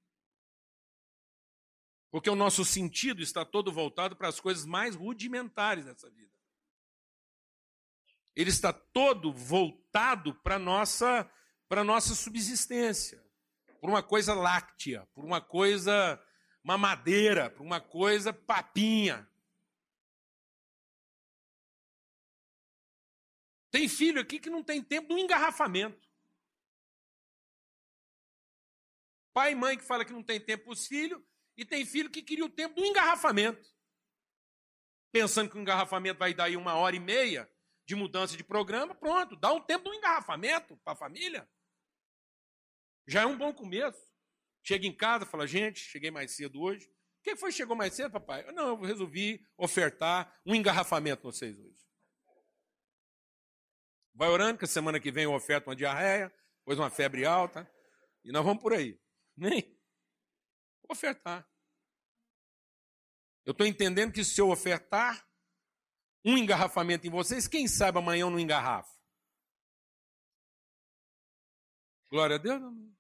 Porque o nosso sentido está todo voltado para as coisas mais rudimentares dessa vida. Ele está todo voltado para a nossa subsistência. Por uma coisa láctea, por uma coisa mamadeira, por uma coisa papinha. Tem filho aqui que não tem tempo do engarrafamento. Pai e mãe que fala que não tem tempo para os filhos, e tem filho que queria o tempo do engarrafamento. Pensando que o engarrafamento vai dar aí 1h30 de mudança de programa, pronto, dá um tempo do engarrafamento para a família. Já é um bom começo. Chega em casa e fala, gente, cheguei mais cedo hoje. O que foi que chegou mais cedo, papai? Não, eu resolvi ofertar um engarrafamento para vocês hoje. Vai orando que a semana que vem eu oferto uma diarreia, depois uma febre alta, e nós vamos por aí. Nem vou ofertar. Eu estou entendendo que se eu ofertar um engarrafamento em vocês, quem sabe amanhã eu não engarrafo. Glória a Deus, amém.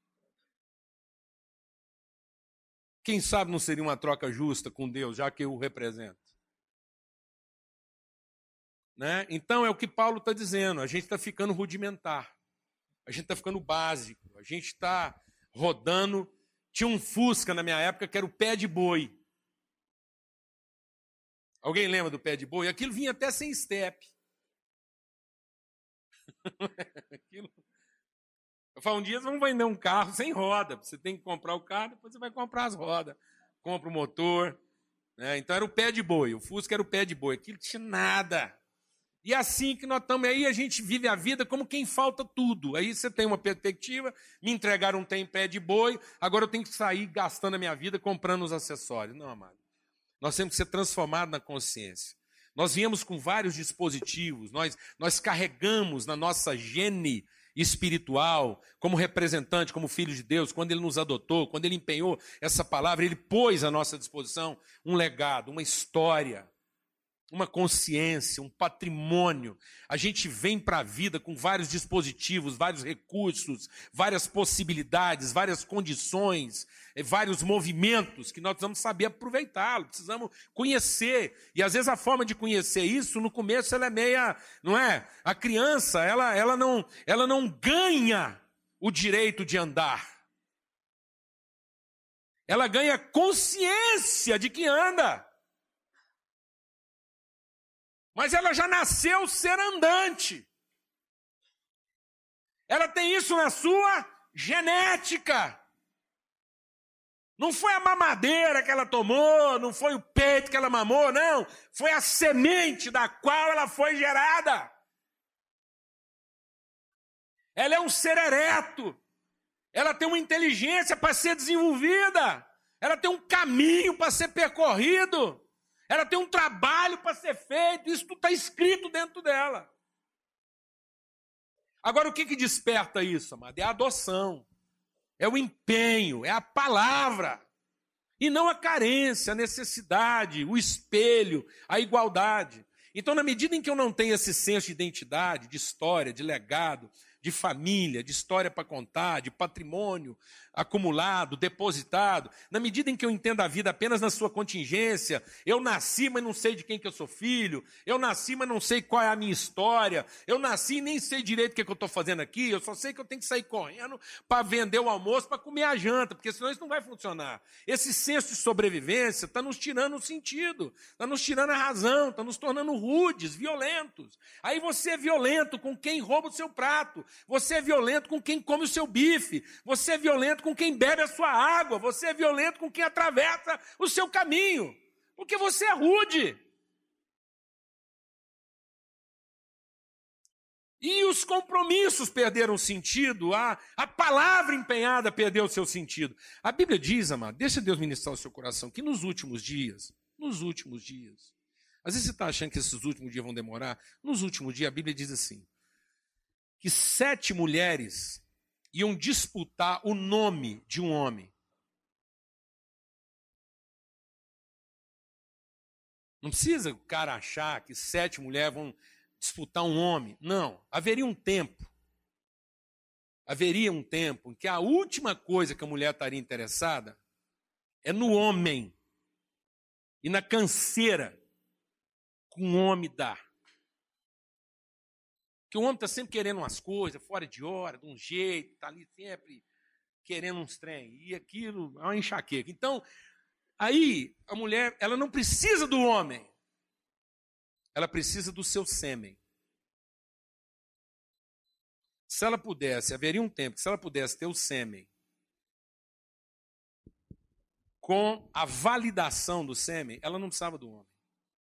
Quem sabe não seria uma troca justa com Deus, já que eu o represento. Né? Então é o que Paulo está dizendo, a gente está ficando rudimentar, a gente está ficando básico, a gente está rodando. Tinha um Fusca na minha época que era o pé de boi. Alguém lembra do pé de boi? Aquilo vinha até sem estepe. Aquilo... Eu falo, um dia vamos vender um carro sem roda. Você tem que comprar o carro, depois você vai comprar as rodas. Compra o motor. Né? Então era o pé de boi. O Fusca era o pé de boi. Aquilo tinha nada. E assim que nós estamos aí, a gente vive a vida como quem falta tudo. Aí você tem uma perspectiva, me entregaram um pé de boi, agora eu tenho que sair gastando a minha vida comprando os acessórios. Não, amado. Nós temos que ser transformados na consciência. Nós viemos com vários dispositivos, nós carregamos na nossa gene espiritual, como representante, como filho de Deus, quando Ele nos adotou, quando Ele empenhou essa palavra, Ele pôs à nossa disposição um legado, uma história. uma consciência, um patrimônio. A gente vem para a vida com vários dispositivos, vários recursos, várias possibilidades, várias condições, vários movimentos que nós precisamos saber aproveitá-lo, precisamos conhecer. E às vezes a forma de conhecer isso, no começo ela é meia, não é? A criança, ela não ganha o direito de andar. Ela ganha consciência de que anda. Mas ela já nasceu ser andante. Ela tem isso na sua genética. Não foi a mamadeira que ela tomou, não foi o peito que ela mamou, não. Foi a semente da qual ela foi gerada. Ela é um ser ereto. Ela tem uma inteligência para ser desenvolvida. Ela tem um caminho para ser percorrido. Ela tem um trabalho para ser feito, isso tudo está escrito dentro dela. Agora, o que desperta isso, amado? É a adoção, é o empenho, é a palavra. E não a carência, a necessidade, o espelho, a igualdade. Então, na medida em que eu não tenho esse senso de identidade, de história, de legado, de família, de história para contar, de patrimônio acumulado, depositado, na medida em que eu entendo a vida apenas na sua contingência, eu nasci, mas não sei de quem que eu sou filho, eu nasci, mas não sei qual é a minha história, eu nasci e nem sei direito o que eu estou fazendo aqui, eu só sei que eu tenho que sair correndo para vender o almoço, para comer a janta, porque senão isso não vai funcionar. Esse senso de sobrevivência está nos tirando o sentido, está nos tirando a razão, está nos tornando rudes, violentos. Aí você é violento com quem rouba o seu prato, você é violento com quem come o seu bife, você é violento com quem bebe a sua água, você é violento com quem atravessa o seu caminho, porque você é rude. E os compromissos perderam sentido, a palavra empenhada perdeu o seu sentido. A Bíblia diz, amado, deixa Deus ministrar o seu coração, que nos últimos dias, às vezes você está achando que esses últimos dias vão demorar, nos últimos dias a Bíblia diz assim, que 7 mulheres iam disputar o nome de um homem. Não precisa o cara achar que 7 mulheres vão disputar um homem. Não, haveria um tempo em que a última coisa que a mulher estaria interessada é no homem e na canseira que um homem dá. Porque o homem está sempre querendo umas coisas, fora de hora, de um jeito, está ali sempre querendo uns trem. E aquilo é uma enxaqueca. Então, aí a mulher, ela não precisa do homem. Ela precisa do seu sêmen. Se ela pudesse, haveria um tempo que se ela pudesse ter o sêmen com a validação do sêmen, ela não precisava do homem.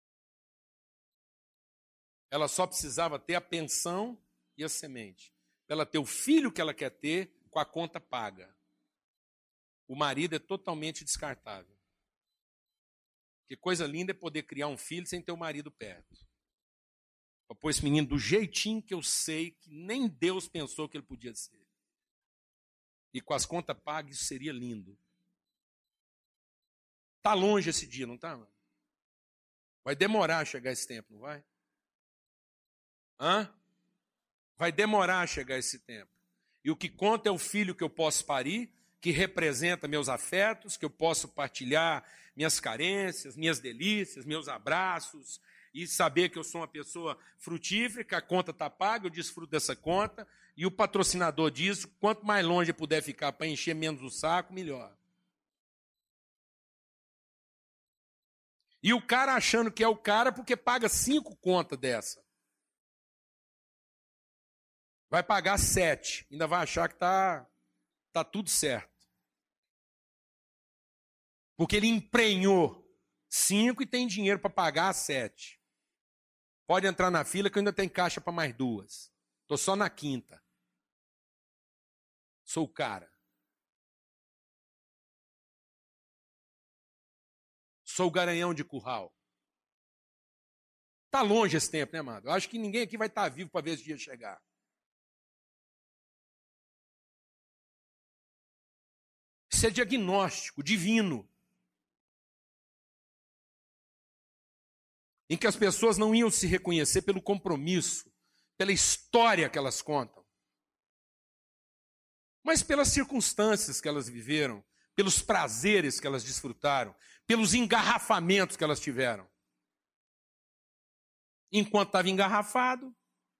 Ela só precisava ter a pensão e a semente. Para ela ter o filho que ela quer ter com a conta paga. O marido é totalmente descartável. Que coisa linda é poder criar um filho sem ter o marido perto. Para pôr esse menino do jeitinho que eu sei que nem Deus pensou que ele podia ser. E com as contas pagas isso seria lindo. Está longe esse dia, não está, mano? Vai demorar a chegar esse tempo, não vai? Vai demorar a chegar esse tempo. E o que conta é o filho que eu posso parir, que representa meus afetos, que eu posso partilhar minhas carências, minhas delícias, meus abraços, e saber que eu sou uma pessoa frutífera, que a conta está paga, eu desfruto dessa conta, e o patrocinador diz, quanto mais longe eu puder ficar para encher menos o saco, melhor. E o cara achando que é o cara porque paga 5 contas dessa. Vai pagar 7, ainda vai achar que tá tudo certo. Porque ele emprenhou 5 e tem dinheiro para pagar 7. Pode entrar na fila que eu ainda tenho caixa para mais 2. Estou só na 5ª. Sou o cara. Sou o garanhão de curral. Está longe esse tempo, né, amado? Eu acho que ninguém aqui vai estar vivo para ver esse dia chegar. Isso é diagnóstico divino. em que as pessoas não iam se reconhecer pelo compromisso, pela história que elas contam, mas pelas circunstâncias que elas viveram, pelos prazeres que elas desfrutaram, pelos engarrafamentos que elas tiveram. Enquanto estava engarrafado,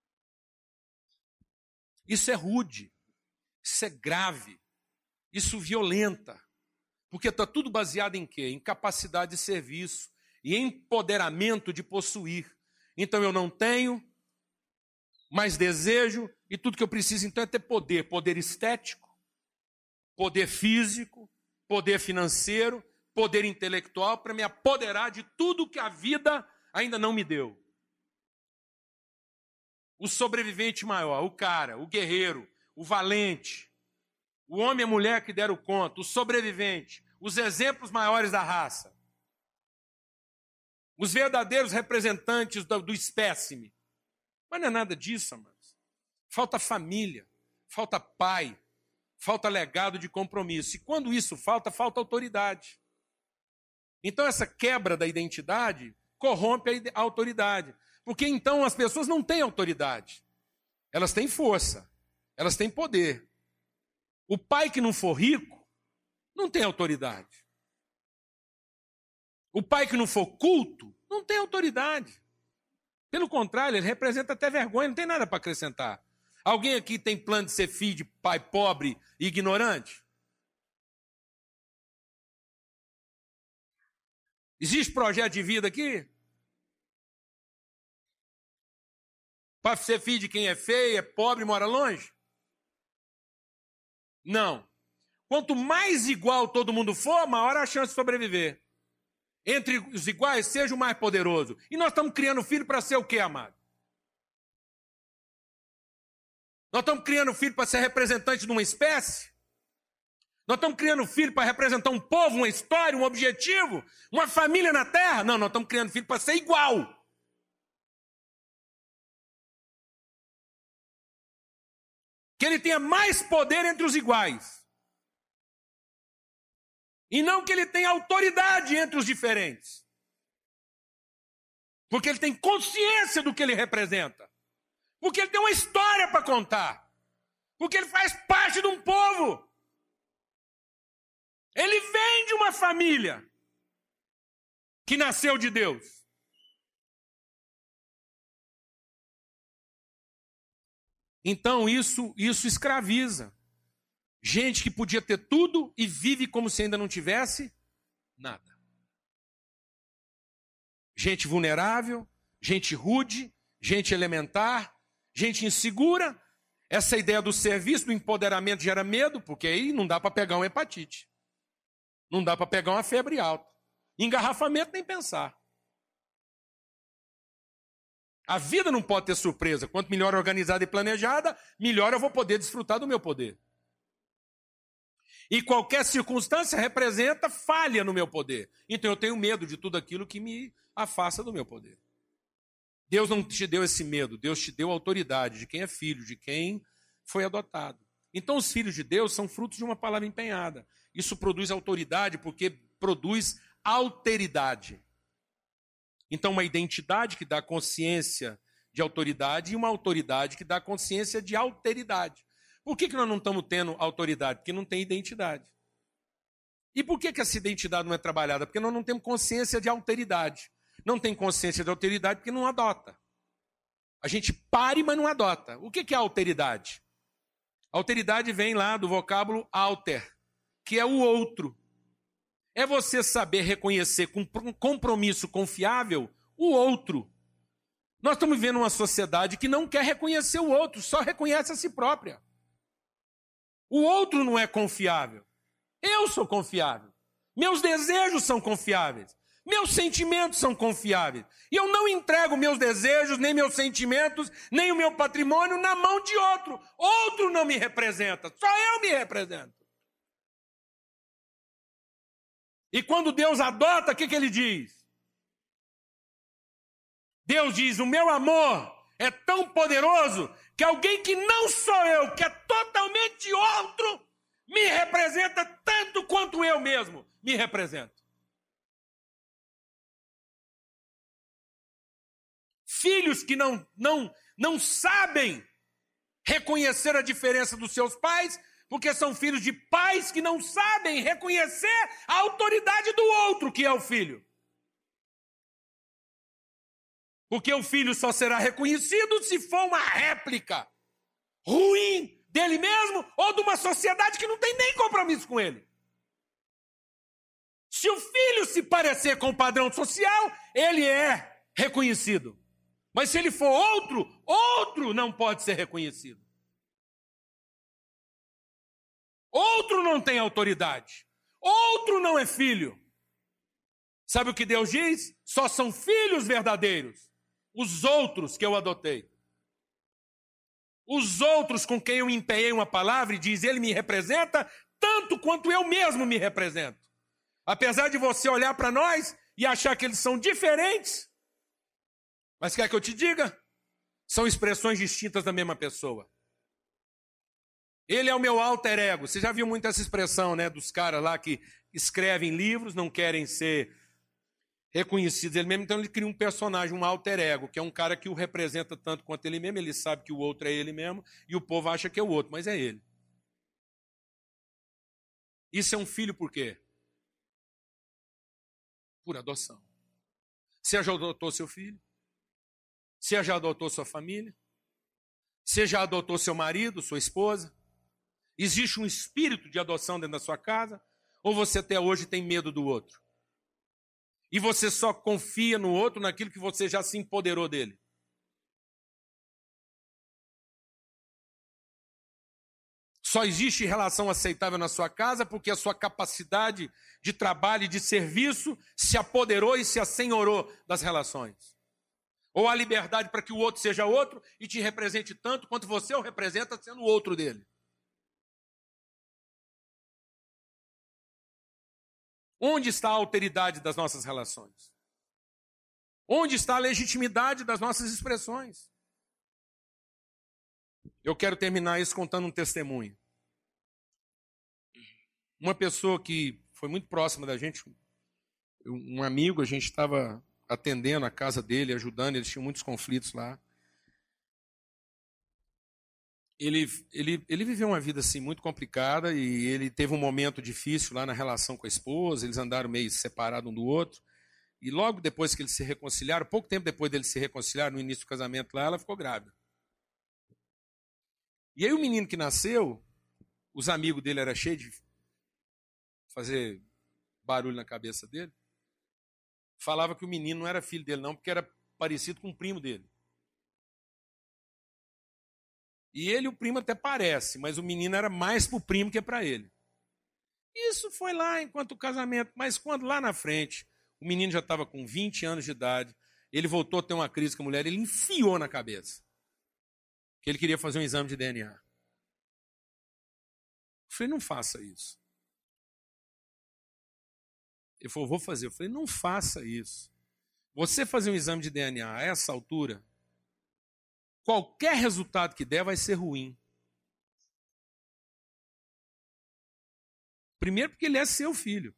isso é rude, isso é grave, isso violenta, porque está tudo baseado em quê? Em capacidade de serviço e empoderamento de possuir. Então eu não tenho, mas desejo, e tudo que eu preciso então é ter poder, poder estético, poder físico, poder financeiro, poder intelectual, para me apoderar de tudo que a vida ainda não me deu. O sobrevivente maior, o cara, o guerreiro, o valente, o homem e a mulher que deram conta, o sobrevivente, os exemplos maiores da raça, os verdadeiros representantes do espécime. Mas não é nada disso, amados. Falta família, falta pai, falta legado de compromisso. E quando isso falta, falta autoridade. Então essa quebra da identidade corrompe a autoridade. Porque então as pessoas não têm autoridade. Elas têm força, elas têm poder. O pai que não for rico não tem autoridade. O pai que não for culto não tem autoridade. Pelo contrário, ele representa até vergonha, não tem nada para acrescentar. Alguém aqui tem plano de ser filho de pai pobre e ignorante? Existe projeto de vida aqui? Para ser filho de quem é feio, é pobre e mora longe? Não. Quanto mais igual todo mundo for, maior a chance de sobreviver. Entre os iguais, seja o mais poderoso. E nós estamos criando filho para ser o quê, amado? Nós estamos criando filho para ser representante de uma espécie? Nós estamos criando filho para representar um povo, uma história, um objetivo, uma família na terra? Não, nós estamos criando filho para ser igual. Que ele tenha mais poder entre os iguais. E não que ele tenha autoridade entre os diferentes. Porque ele tem consciência do que ele representa. Porque ele tem uma história para contar. Porque ele faz parte de um povo. Ele vem de uma família que nasceu de Deus. Então isso escraviza. Gente que podia ter tudo e vive como se ainda não tivesse nada. Gente vulnerável, gente rude, gente elementar, gente insegura. Essa ideia do serviço, do empoderamento gera medo, porque aí não dá para pegar uma hepatite. Não dá para pegar uma febre alta. Engarrafamento nem pensar. A vida não pode ter surpresa. Quanto melhor organizada e planejada, melhor eu vou poder desfrutar do meu poder. E qualquer circunstância representa falha no meu poder. Então eu tenho medo de tudo aquilo que me afasta do meu poder. Deus não te deu esse medo, Deus te deu a autoridade de quem é filho, de quem foi adotado. Então os filhos de Deus são frutos de uma palavra empenhada. Isso produz autoridade porque produz alteridade. Então uma identidade que dá consciência de autoridade e uma autoridade que dá consciência de alteridade. Por que nós não estamos tendo autoridade? Porque não tem identidade. E por que essa identidade não é trabalhada? Porque nós não temos consciência de alteridade. Não tem consciência de alteridade porque não adota. A gente pare, mas não adota. O que é alteridade? Alteridade vem lá do vocábulo alter, que é o outro. É você saber reconhecer com um compromisso confiável o outro. Nós estamos vivendo uma sociedade que não quer reconhecer o outro, só reconhece a si própria. O outro não é confiável. Eu sou confiável. Meus desejos são confiáveis. Meus sentimentos são confiáveis. E eu não entrego meus desejos, nem meus sentimentos, nem o meu patrimônio na mão de outro. Outro não me representa, só eu me represento. E quando Deus adota, o que ele diz? Deus diz, o meu amor é tão poderoso que alguém que não sou eu, que é totalmente outro, me representa tanto quanto eu mesmo me represento. Filhos que não sabem reconhecer a diferença dos seus pais, porque são filhos de pais que não sabem reconhecer a autoridade do outro, que é o filho. Porque o filho só será reconhecido se for uma réplica ruim dele mesmo ou de uma sociedade que não tem nem compromisso com ele. Se o filho se parecer com o padrão social, ele é reconhecido. Mas se ele for outro não pode ser reconhecido. Outro não tem autoridade. Outro não é filho. Sabe o que Deus diz? Só são filhos verdadeiros os outros que eu adotei. Os outros com quem eu empenhei uma palavra e diz, ele me representa tanto quanto eu mesmo me represento. Apesar de você olhar para nós e achar que eles são diferentes, mas quer que eu te diga? São expressões distintas da mesma pessoa. Ele é o meu alter ego. Você já viu muito essa expressão, né? Dos caras lá que escrevem livros, não querem ser reconhecidos ele mesmo, então ele cria um personagem, um alter ego, que é um cara que o representa tanto quanto ele mesmo, ele sabe que o outro é ele mesmo, e o povo acha que é o outro, mas é ele. Isso é um filho por quê? Por adoção. Você já adotou seu filho? Você já adotou sua família? Você já adotou seu marido, sua esposa? Existe um espírito de adoção dentro da sua casa? Ou você até hoje tem medo do outro? E você só confia no outro naquilo que você já se empoderou dele? Só existe relação aceitável na sua casa porque a sua capacidade de trabalho e de serviço se apoderou e se assenhorou das relações. Ou há liberdade para que o outro seja outro e te represente tanto quanto você o representa sendo o outro dele. Onde está a alteridade das nossas relações? Onde está a legitimidade das nossas expressões? Eu quero terminar isso contando um testemunho. Uma pessoa que foi muito próxima da gente, um amigo, a gente estava atendendo a casa dele, ajudando, eles tinham muitos conflitos lá. Ele viveu uma vida assim muito complicada e ele teve um momento difícil lá na relação com a esposa, eles andaram meio separados um do outro. E logo depois que eles se reconciliaram, pouco tempo depois deles se reconciliaram, no início do casamento lá, ela ficou grávida. E aí o menino que nasceu, os amigos dele eram cheios de fazer barulho na cabeça dele, falava que o menino não era filho dele não, porque era parecido com o primo dele. E ele, o primo até parece, mas o menino era mais pro primo que para ele. Isso foi lá enquanto o casamento, mas quando lá na frente, o menino já estava com 20 anos de idade, ele voltou a ter uma crise com a mulher, ele enfiou na cabeça que ele queria fazer um exame de DNA. Eu falei, não faça isso. Ele falou, vou fazer. Eu falei, não faça isso. Você fazer um exame de DNA a essa altura, qualquer resultado que der vai ser ruim. Primeiro porque ele é seu filho.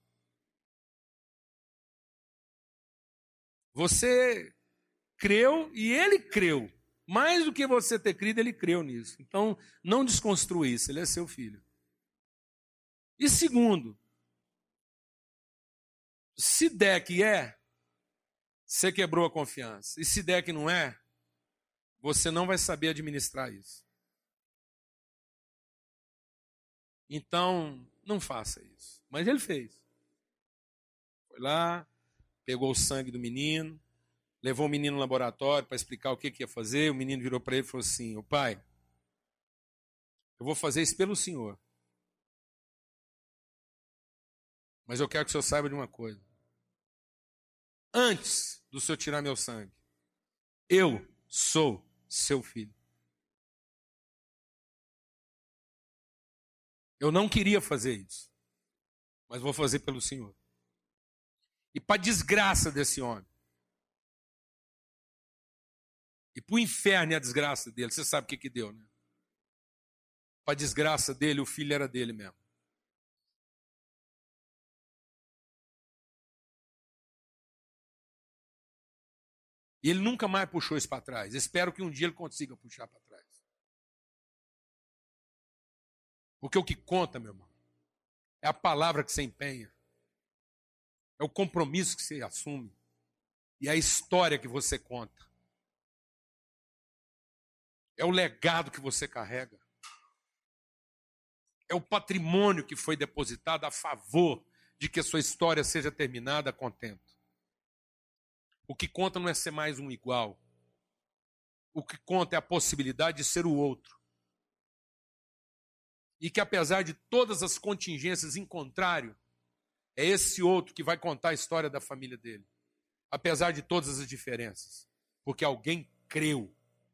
Você creu e ele creu. Mais do que você ter crido, ele creu nisso. Então, não desconstrua isso, ele é seu filho. E segundo, se der que é, você quebrou a confiança. E se der que não é, você não vai saber administrar isso. Então, não faça isso. Mas ele fez. Foi lá, pegou o sangue do menino, levou o menino no laboratório para explicar o que ia fazer. O menino virou para ele e falou assim, ô pai, eu vou fazer isso pelo senhor. Mas eu quero que o senhor saiba de uma coisa. Antes do senhor tirar meu sangue, eu sou seu filho. Eu não queria fazer isso, mas vou fazer pelo senhor. E para desgraça desse homem, e para o inferno e a desgraça dele, você sabe o que deu, né? Para a desgraça dele, o filho era dele mesmo. E ele nunca mais puxou isso para trás. Espero que um dia ele consiga puxar para trás. Porque o que conta, meu irmão, é a palavra que você empenha. É o compromisso que você assume. E a história que você conta. É o legado que você carrega. É o patrimônio que foi depositado a favor de que a sua história seja terminada a contento. O que conta não é ser mais um igual. O que conta é a possibilidade de ser o outro. E que apesar de todas as contingências em contrário, é esse outro que vai contar a história da família dele. Apesar de todas as diferenças. Porque alguém creu.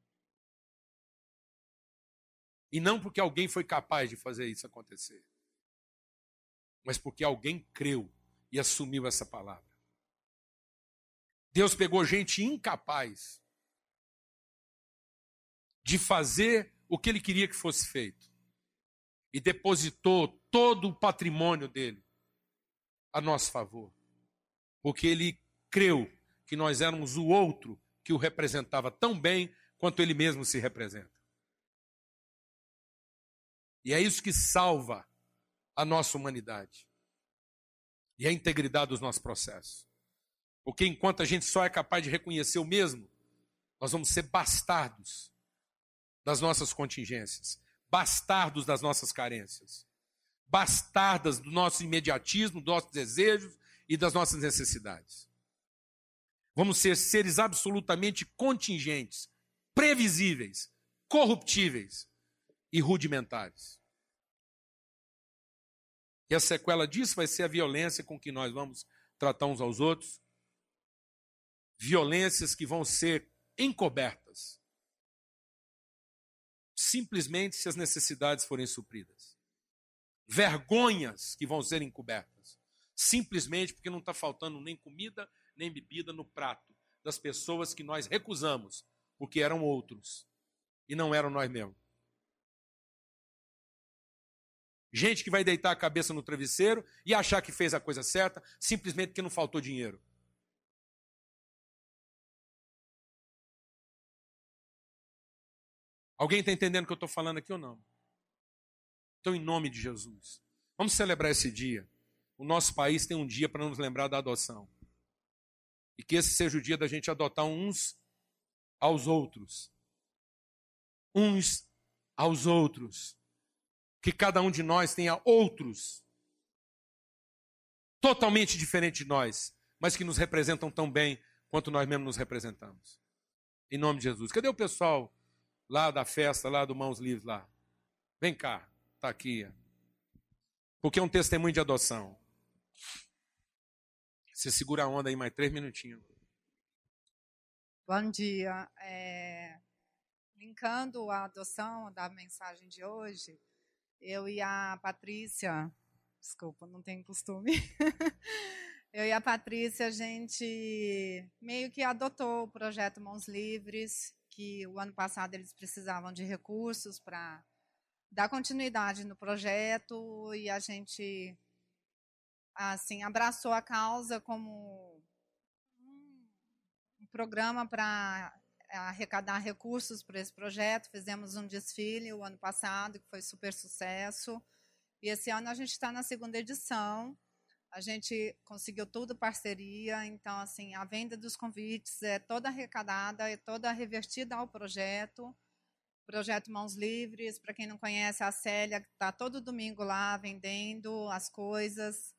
E não porque alguém foi capaz de fazer isso acontecer. Mas porque alguém creu e assumiu essa palavra. Deus pegou gente incapaz de fazer o que ele queria que fosse feito. E depositou todo o patrimônio dele a nosso favor. Porque ele creu que nós éramos o outro que o representava tão bem quanto ele mesmo se representa. E é isso que salva a nossa humanidade. E a integridade dos nossos processos. Porque enquanto a gente só é capaz de reconhecer o mesmo, nós vamos ser bastardos das nossas contingências, bastardos das nossas carências, bastardas do nosso imediatismo, dos nossos desejos e das nossas necessidades. Vamos ser seres absolutamente contingentes, previsíveis, corruptíveis e rudimentares. E a sequela disso vai ser a violência com que nós vamos tratar uns aos outros. Violências que vão ser encobertas. Simplesmente se as necessidades forem supridas. Vergonhas que vão ser encobertas. Simplesmente porque não está faltando nem comida, nem bebida no prato das pessoas que nós recusamos, porque eram outros e não eram nós mesmos. Gente que vai deitar a cabeça no travesseiro e achar que fez a coisa certa, simplesmente porque não faltou dinheiro. Alguém está entendendo o que eu estou falando aqui ou não? Então, em nome de Jesus, vamos celebrar esse dia. O nosso país tem um dia para nos lembrar da adoção. E que esse seja o dia da gente adotar uns aos outros. Uns aos outros. Que cada um de nós tenha outros totalmente diferentes de nós, mas que nos representam tão bem quanto nós mesmos nos representamos. Em nome de Jesus. Cadê o pessoal lá da festa, lá do Mãos Livres lá? Vem cá, está aqui. Porque é um testemunho de adoção. Você segura a onda aí mais 3 minutinhos. Bom dia. Linkando a adoção da mensagem de hoje, eu e a Patrícia, desculpa, não tenho costume, eu e a Patrícia, a gente meio que adotou o projeto Mãos Livres, que o ano passado eles precisavam de recursos para dar continuidade no projeto, e a gente assim abraçou a causa como um programa para arrecadar recursos para esse projeto. Fizemos um desfile o ano passado, que foi super sucesso. E esse ano a gente está na 2ª edição. A gente conseguiu tudo parceria. Então, assim, a venda dos convites é toda arrecadada, é toda revertida ao projeto. Projeto Mãos Livres. Para quem não conhece, a Célia está todo domingo lá vendendo as coisas.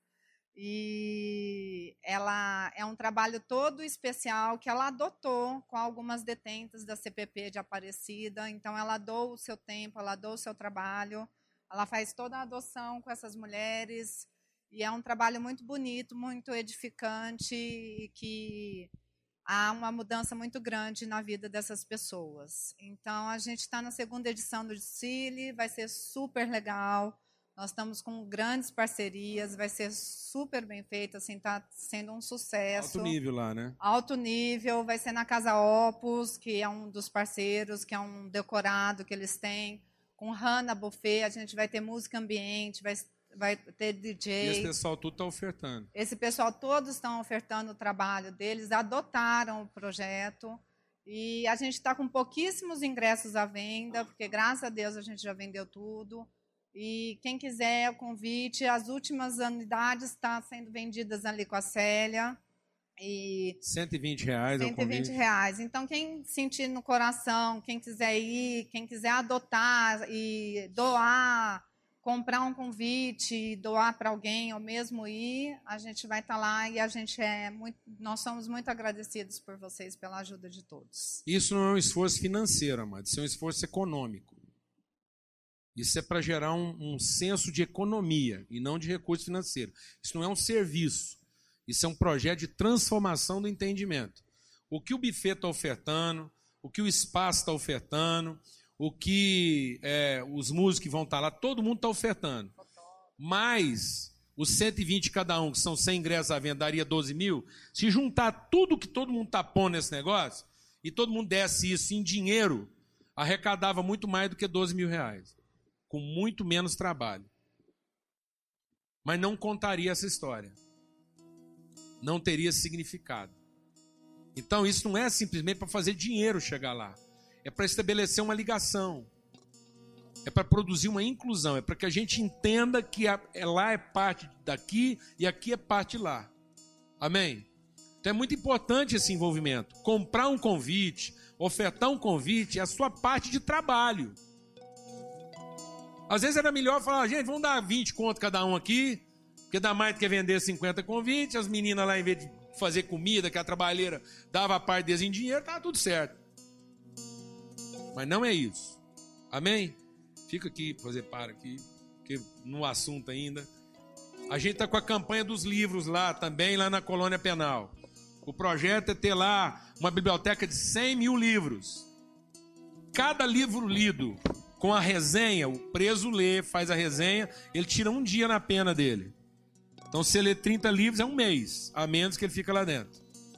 E ela é um trabalho todo especial que ela adotou com algumas detentas da CPP de Aparecida. Então, ela doa o seu tempo, ela doa o seu trabalho, ela faz toda a adoção com essas mulheres. E é um trabalho muito bonito, muito edificante, e que há uma mudança muito grande na vida dessas pessoas. Então, a gente está na 2ª edição do desfile, vai ser super legal. Nós estamos com grandes parcerias, vai ser super bem feito, assim, está sendo um sucesso. Alto nível lá, né? Alto nível, vai ser na Casa Opus, que é um dos parceiros, que é um decorado que eles têm. Com Hanna Buffet, a gente vai ter música ambiente, vai vai ter DJ. E esse pessoal tudo está ofertando. Esse pessoal todos estão ofertando o trabalho deles, adotaram o projeto. E a gente está com pouquíssimos ingressos à venda, porque, graças a Deus, a gente já vendeu tudo. E quem quiser o convite, as últimas unidades estão sendo vendidas ali com a Célia. E R$120 é o convite. R$120. Então, quem sentir no coração, quem quiser ir, quem quiser adotar e doar, comprar um convite, doar para alguém ou mesmo ir, a gente vai estar lá e nós somos muito agradecidos por vocês, pela ajuda de todos. Isso não é um esforço financeiro, amado, isso é um esforço econômico. Isso é para gerar um senso de economia e não de recurso financeiro. Isso não é um serviço, isso é um projeto de transformação do entendimento. O que o buffet está ofertando, o que o espaço está ofertando, o que os músicos que vão estar lá, todo mundo está ofertando. Mas os 120 cada um, que são 100 ingressos à venda, daria 12 mil. Se juntar tudo que todo mundo está pondo nesse negócio, e todo mundo desse isso em dinheiro, arrecadava muito mais do que 12 mil reais. Com muito menos trabalho. Mas não contaria essa história. Não teria significado. Então isso não é simplesmente para fazer dinheiro chegar lá. É para estabelecer uma ligação. É para produzir uma inclusão. É para que a gente entenda que lá é parte daqui e aqui é parte de lá. Amém? Então é muito importante esse envolvimento. Comprar um convite, ofertar um convite é a sua parte de trabalho. Às vezes era melhor falar, gente, vamos dar 20 conto cada um aqui, porque dá mais do que vender 50 convites, as meninas lá, em vez de fazer comida, que a trabalheira dava a parte deles em dinheiro, estava tudo certo. Mas não é isso. Amém? Fica aqui, fazer aqui, porque no assunto ainda. A gente está com a campanha dos livros lá também, lá na Colônia Penal. O projeto é ter lá uma biblioteca de 100 mil livros. Cada livro lido com a resenha, o preso lê, faz a resenha, ele tira um dia na pena dele. Então, se ele lê 30 livros, é um mês, a menos que ele fica lá dentro.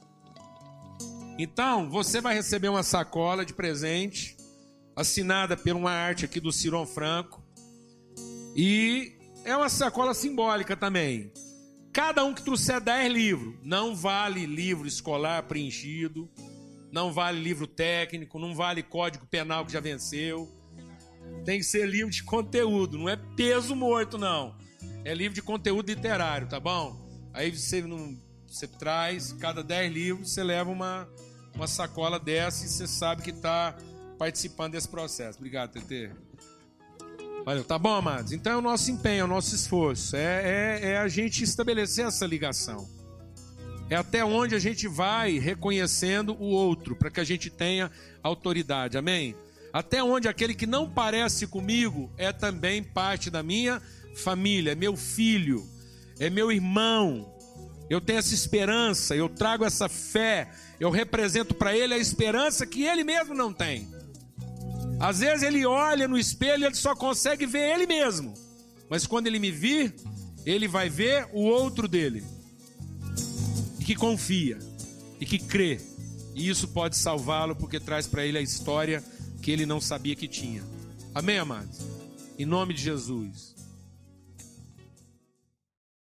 Então, você vai receber uma sacola de presente, assinada por uma arte aqui do Ciron Franco, e é uma sacola simbólica também. Cada um que trouxer 10 livros, não vale livro escolar preenchido, não vale livro técnico, não vale código penal que já venceu. Tem que ser livro de conteúdo, não é peso morto, não. É livro de conteúdo literário, tá bom? Aí você traz, cada 10 livros, você leva uma sacola dessa e você sabe que está participando desse processo. Obrigado, TT. Valeu, tá bom, amados? Então é o nosso empenho, é o nosso esforço. É a gente estabelecer essa ligação. É até onde a gente vai reconhecendo o outro, para que a gente tenha autoridade. Amém? Até onde aquele que não parece comigo é também parte da minha família, é meu filho, é meu irmão. Eu tenho essa esperança, eu trago essa fé, eu represento para ele a esperança que ele mesmo não tem. Às vezes ele olha no espelho e ele só consegue ver ele mesmo. Mas quando ele me vir, ele vai ver o outro dele. E que confia, e que crê. E isso pode salvá-lo porque traz para ele a história que ele não sabia que tinha. Amém, amados? Em nome de Jesus.